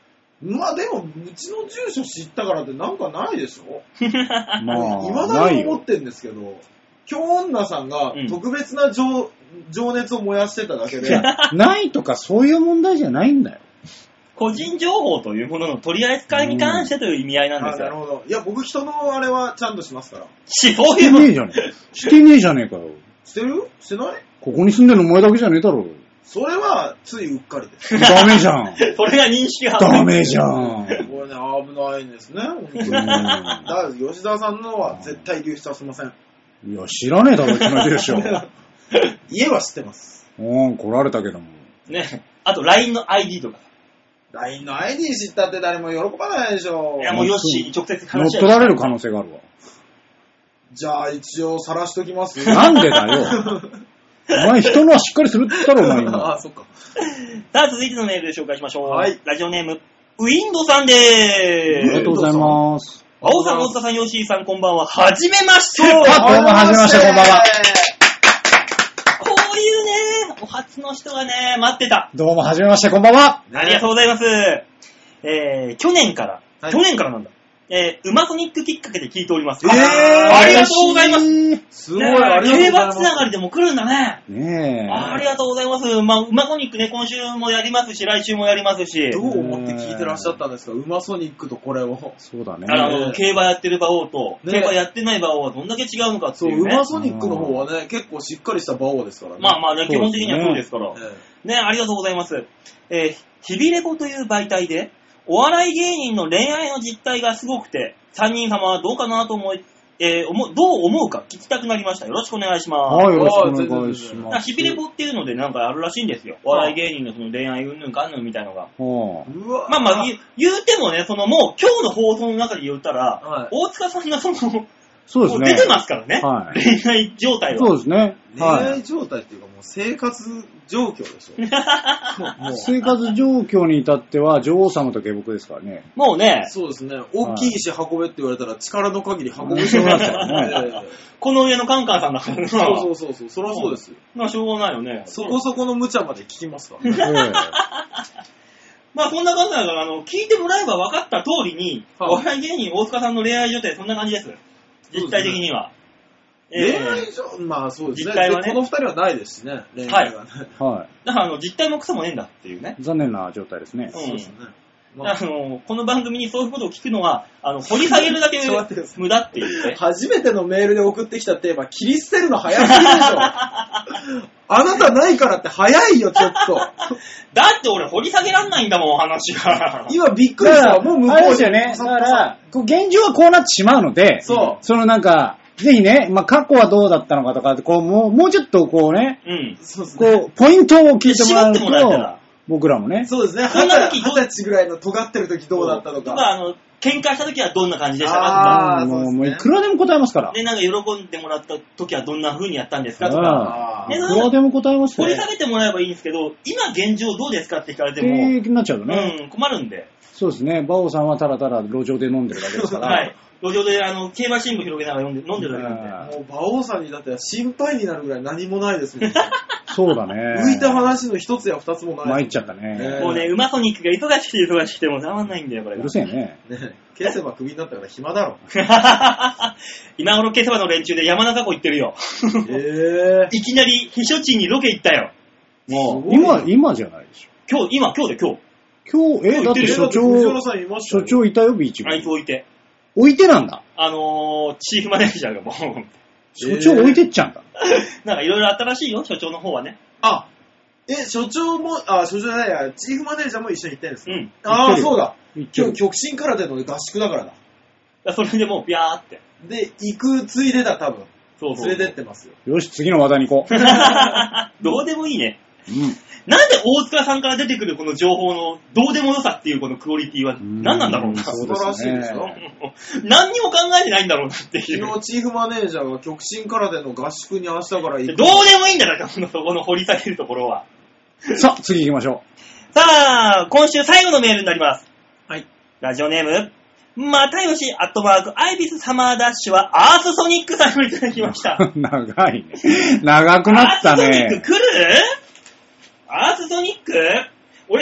まあでも、うちの住所知ったからってなんかないでしょまあ、 未だに思ってんですけど、京女さんが特別な情、うん、情熱を燃やしてただけで。 ないとかそういう問題じゃないんだよ。 個人情報というものの取り扱いに関してという意味合いなんですよ。 あ、なるほど。いや、僕人のあれはちゃんとしますから。 し、そういうの。してねえじゃねえ。してねえじゃねえかよ。 してる？してない？ ここに住んでるのお前だけじゃねえだろ。 それは、ついうっかりです。 ダメじゃん。 それが認識がダメじゃん。 これね、危ないんですね。本当に。だから吉田さんのは絶対流出はしません。 いや、知らねえだろ、決めてるでしょ。 家は知ってます。 うん、来られたけども。 ね。あと、ライン の アイディー とか。 ライン の アイディー 知ったって誰も喜ばないでしょ。 いや、もうヨッシーに直接乗っ取られる可能性があるわ。 じゃあ、一応、晒しときますなんでだよ。お前人のはしっかりするって言ったろ、お前今。 あ、そっか。 さあ、続いてのメールで紹介しましょう。 はい。 ラジオネーム、ウィンドさんでーす。 ありがとうございます。 青さん、大塚さん、ヨッシーさん、こんばんは。はじめまして。 あ、どうもはじめまして、こんばんは。 こういうね、お初の人がね、待ってた。 どうもはじめまして、こんばんは。 ありがとうございます。えー、去年から、はい、去年からなんだ。えー、ウマソニックきっかけで聞いております。えー、ありがとうございます。 すごい、ありがとうございます。 競馬つながりでも来るんだね。 ねえ。 ありがとうございます。まあ、ウマソニックね、今週もやりますし、来週もやりますし。 どう思って聞いてらっしゃったんですか、ウマソニックとこれを。 そうだね。 あの、競馬やってる馬王と、ね、競馬やってない馬王はどんだけ違うのかっていう、ね。 そう、ウマソニックの方はね、結構しっかりした馬王ですからね。 まあまあね、基本的にはそうですから。ね、ね、ありがとうございます。えー、ヒビレボという媒体で、お笑い芸人の恋愛の実態がすごくて、三人様はどうかなと思い、えー、思どう思うか聞きたくなりました。よろしくお願いします。 はい、よろしくお願いします。 ヒビレボっていうのでなんかあるらしいんですよ。お笑い芸人のその恋愛うんぬんかんぬんみたいのが。 うわまあまあ言、言うてもね、そのもう今日の放送の中で言ったら、はい、大塚さんがその、 そうですね。 出てますからね。 はい、 恋愛状態は。 そうですね。 恋愛状態っていうかもう生活状況でしょ。 もう生活状況に至っては女王様と下僕ですからね。 もうね。 そうですね。大きい石運べって言われたら力の限り運ぶしかないからね。 この上のカンカンさんだからね。 そうそうそうそう。そりゃそうですよ。 まあしょうがないよね。 そこそこの無茶まで聞きますからね。 まあそんな感じだから、あの、聞いてもらえば分かった通りに、お笑い芸人大塚さんの恋愛状態そんな感じです。実態的には。 恋愛上、まあそうですね。 実態はね。 この二人はないですしね、恋愛はね。 はい。 だからあの、実態もクソもねえんだっていうね。 残念な状態ですね。 うん、 そうですね。 まあ、あの、この番組にそういうことを聞くのは、あの、掘り下げるだけ無駄っていう、ね。 初めてのメールで送ってきたテーマ、切り捨てるの早すぎでしょ。あなたないからって早いよ、ちょっと。 だって俺掘り下げらんないんだもん、話が。 今びっくりした。もう向こうあれですよね。だから、現状はこうなってしまうので、 そう。 そのなんか、ぜひね、まあ、過去はどうだったのかとか、こう、もう、もうちょっとこうね、 うん。 そうですね。 こう、ポイントを聞いてもらうと、僕らもね。 そうですね。 こんな時、 二十歳ぐらいの尖ってる時どうだったのか。 とか、あの、喧嘩した時はどんな感じでしたかとか。あもう、もういくらでも答えますから。 で、なんか喜んでもらった時はどんな風にやったんですかとか。 いくらでも答えますね。掘り下げてもらえばいいんですけど、今現状どうですかって聞かれても。 ってなっちゃうとね。 うん、困るんで。 そうですね。バオさんはただただ路上で飲んでるだけですから。 はい。路上で、あの、競馬新聞広げながら飲んで、飲んでるだけなんで。もう、馬王さんにだって心配になるぐらい何もないですもん。 そうだね。 浮いた話の一つや二つもない。 参っちゃったね。 もうね、ウマソニックが忙しくて忙しくてもたまんないんだよ、これが。 うるせえね。 ねケセバクビになったから暇だろ。 今頃ケセバの連中で山中湖行ってるよ。 えー、 いきなり避暑地にロケ行ったよ。 もう、今、今じゃないでしょ。 今日、今、今日で今日。 今日、え、だって所長、所長いたよ、ビーチあいつ置いて。 置いてなんだ。 あのー、チーフマネージャーがもう。 所長置いてっちゃうんだ。 なんかいろいろあったらしいよ、所長の方はね。 あ、え、所長も、あ、所長じゃないや、チーフマネージャーも一緒に行ってんですか。 うん。 ああ、そうだ。今日極真空手の合宿だからだ。 だそれでもうビャーって。 で、行くついでだ、多分。 そうそう。 連れてってますよ。 よし、次の話題に行こう。 どうでもいいね。 うん。 なんで大塚さんから出てくるこの情報のどうでもよさっていうこのクオリティは何なんだろうな。 素晴らしいでしょ。 何にも考えてないんだろうなっていう。 昨日チーフマネージャーが極真空手の合宿に明日から行く。 どうでもいいんだから、そこの掘り下げるところは。 さあ、次行きましょう。さあ、今週最後のメールになります。 はい。 ラジオネーム、またよし、アットマーク、アイビスサマーダッシュは、アースソニックさんよりいただきました。 長いね。長くなったね。 アースソニック来るアースソニック俺、アースソニ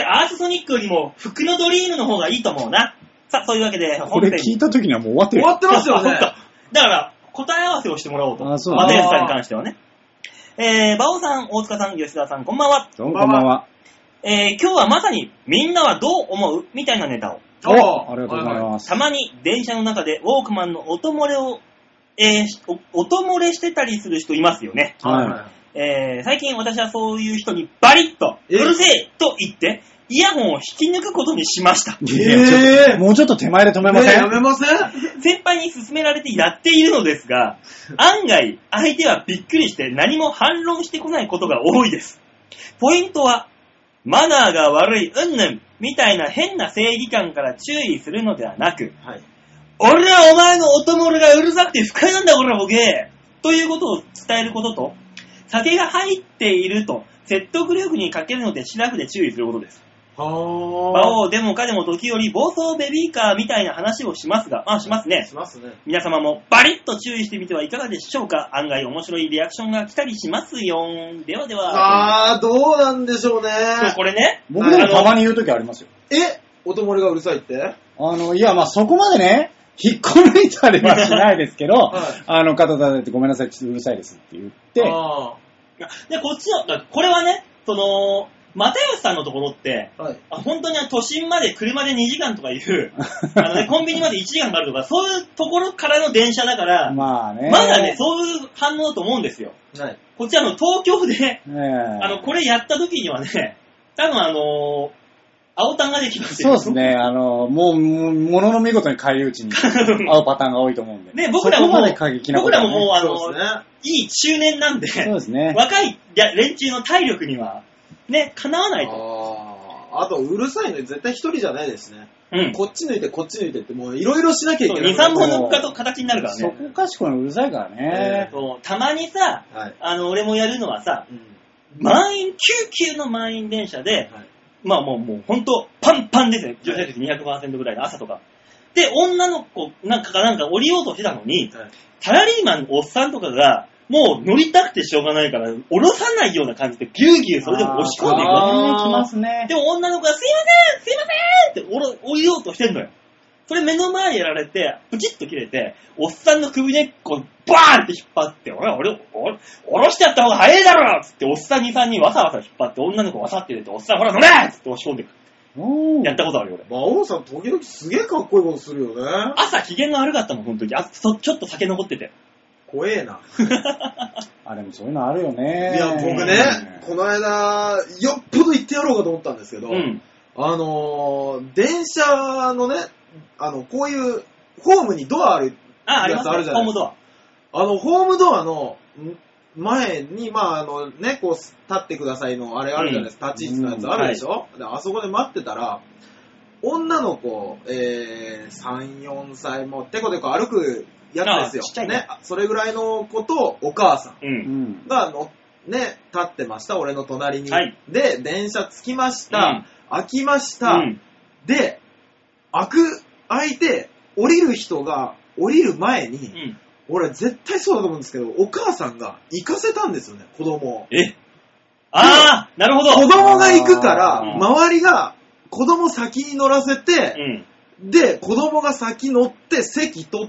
ニックよりも服のドリームの方がいいと思うな。さあ、そういうわけで、 これ聞いた時にはもう終わってる。 終わってますよね。 だから、答え合わせをしてもらおうと。 あ、そうマテウスさんに関してはね。えー、バオさん、大塚さん、吉田さん、こんばんは。 どうもこんばんは。 えー、今日はまさに、みんなはどう思うみたいなネタを。 お、ありがとうございます。 たまに電車の中でウォークマンの音漏れを、えー、音漏れしてたりする人いますよね。 はい。 えー、最近私はそういう人にバリッと、うるせえと言って、イヤホンを引き抜くことにしました。 えー、もうちょっと手前で止めません、ね、 やめません先輩に勧められてやっているのですが、案外相手はびっくりして何も反論してこないことが多いです。ポイントは、マナーが悪い、うんぬん、みたいな変な正義感から注意するのではなく、はい、俺はお前の音漏れがうるさくて不快なんだ、俺はボケということを伝えることと、酒が入っていると説得力に欠けるのでシラフで注意することです。 は馬王でもかでも時折暴走ベビーカーみたいな話をしますが、あ、しますね。 しますね。 皆様もバリッと注意してみてはいかがでしょうか。案外面白いリアクションが来たりしますよ。ではでは。 あー、どうなんでしょうね。 これね。 僕でもたまに言うときありますよ。 え音漏れがうるさいってあの、いや、まあそこまでね、引っこ抜いたりはしないですけど、はい、あの、肩叩いてごめんなさい、ちょっとうるさいですって言って、あで、こっちの、これはね、その、又吉さんのところって、 はい、 あ本当に都心まで車でにじかんとかいう、あのね、コンビニまでいちじかんかかるとか、そういうところからの電車だから、 まあね、 まだね、そういう反応だと思うんですよ。 はい、 こっちはの東京で、 ね、 あの、これやった時にはね、多分あのー、青タンができますよ。そうですね、あの、もう、ものの見事に返り討ちに合うパターンが多いと思うんで。 ね、僕らももう、 ね、 僕らももう、あの、 ね、 いい中年なんで、 そうですね、 若い連中の体力には、ね、叶わないと。 ああと、うるさいの絶対一人じゃないですね。 うん。 こっち抜いて、こっち抜いてって、もういろいろしなきゃいけない。 に、さんぼんの形になるからね。 そこかしこのうるさいからね。 えー、そうたまにさ、はい、あの、俺もやるのはさ、 うん、 満員、救急の満員電車で、はい、まあもう、もう本当パンパンですね。乗車率 にひゃくパーセント ぐらいの朝とか。で、女の子なんかがなんか降りようとしてたのに、はい、サラリーマンのおっさんとかが、もう乗りたくてしょうがないから、降ろさないような感じでギューギューそれでも押し込んでいくの。来ますね。 でも女の子がすいませんすいませんって降ろ降りようとしてんのよ。それ目の前やられて、プチッと切れて、おっさんの首根っこバーンって引っ張って、俺、俺、俺、降ろしてやった方が早いだろっつって、おっさんにさんにわさわさ引っ張って、女の子わさって入れて、おっさんほら乗れっつって押し込んでいく。やったことあるよ、俺。 馬王さん、時々すげえかっこいいことするよね。 朝機嫌が悪かったもん、ほんとに。あ、そ、ちょっと酒残ってて。 怖えな。 あ、でもそういうのあるよね。 いや、僕ね、この間、よっぽど言ってやろうかと思ったんですけど、うん、あのー、電車のね、あの、こういう、ホームにドアあるやつあるじゃないですか。 ホームドア。 あの、ホームドアの前に、まあ、あのね、こう、立ってくださいの、あれあるじゃないですか。うん、立ち位置のやつあるでしょ、うん、はい、であそこで待ってたら、女の子、えー、さん、よんさいも、てこてこ歩くやつですよ。ね。それぐらいの子とお母さんがの、ね、立ってました、俺の隣に。はい、で、電車着きました。うん、開きました。うん、で、開く、開いて、降りる人が降りる前に、うん、俺絶対そうだと思うんですけど、お母さんが行かせたんですよね、子供を。 えああ、なるほど。 子供が行くから、周りが子供先に乗らせて、うん、で、子供が先乗って席取って、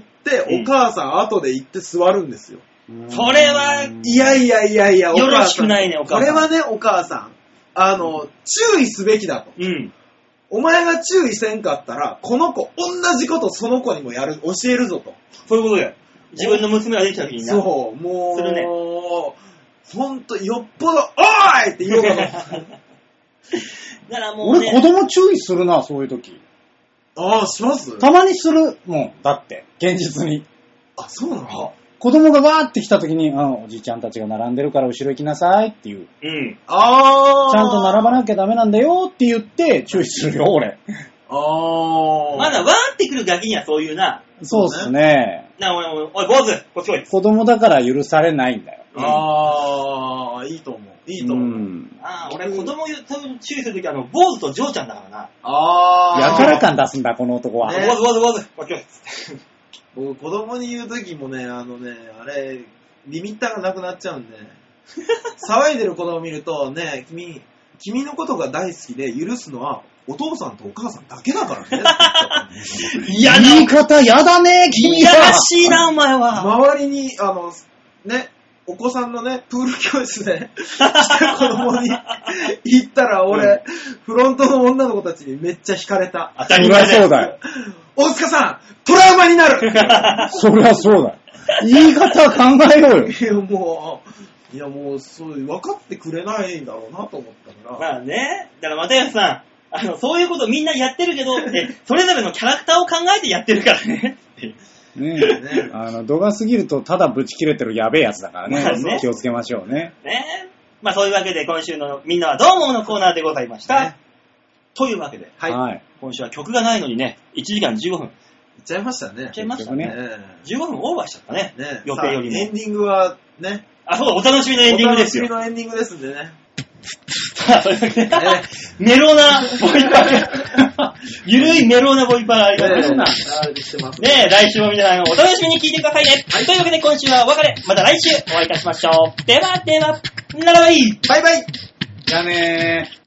うん、お母さん後で行って座るんですよ。 それは、 いやいやいやいや、お母さん。 よろしくないね、お母さん。 これはね、お母さん。あの、注意すべきだと。 うん。 お前が注意せんかったら、この子、同じことその子にもやる、教えるぞと。 そういうことだよ。自分の娘ができた時にな。 そう、もう、 するね、 ほんと、よっぽど、おーいって言おうかと。だからもう、ね、 俺子供注意するな、そういう時。 ああ、しますたまにするもん、だって、現実に。 あ、そうなの？ 子供がバーって来た時に、うん、おじいちゃんたちが並んでるから後ろ行きなさいっていう。 うん。 ああ。 ちゃんと並ばなきゃダメなんだよって言って注意するよ、俺。 ああ。 まだわーって来るガキにはそういうな。 そうっすね。 な、おい、おい、おい、坊主、こっち来い。 子供だから許されないんだよ。 うん、ああ、いいと思う。いいと思う。うん、 ああ、俺子供注意するときあの、坊主と嬢ちゃんだからな。 ああ。 やから感出すんだ、この男は。 ね、坊主、坊主、坊主、こっち来い。 僕、子供に言うときもね、あのね、あれ、リミッターがなくなっちゃうんで、騒いでる子供見ると、ね、君、 君のことが大好きで許すのはお父さんとお母さんだけだからね。 嫌な言い方やだね、君は。 いやらしいな、お前は。 周りに、あの、ね、お子さんのね、プール教室で、来た子供に行ったら俺、うん、フロントの女の子たちにめっちゃ惹かれた。 当たり前そうだよ。 大塚さん、トラウマになるそりゃそうだ。言い方考えようよ。 いや、もう、いや、もう、そう、分かってくれないんだろうなと思ったから。 まあね、だから又吉さん、あの、そういうことみんなやってるけど、えそれぞれのキャラクターを考えてやってるからね。 ねえ、ね、あの、度が過ぎるとただブチ切れてるやべえやつだからね。まあ、ね気をつけましょうね。 ねまあそういうわけで今週のみんなはどう思うのコーナーでございました。ね、というわけで、 はい、 今週は曲がないのにね、いちじかんじゅうごふん。いっちゃいましたね。いっちゃいましたね。じゅうごふんオーバーしちゃったね。ね予定よりも。 エンディングはね。 あ、そうだ、お楽しみのエンディングですよ。 お楽しみのエンディングですんでね。 さあ、そういうわけで、メロなボイパー、ゆるいメロなボイパーがありますね。ねえ、来週も皆さんお楽しみに聞いてくださいね。はい、というわけで今週はお別れ。また来週お会いいたしましょう。ではでは、ならばいい。 バイバイ。 じゃあねー。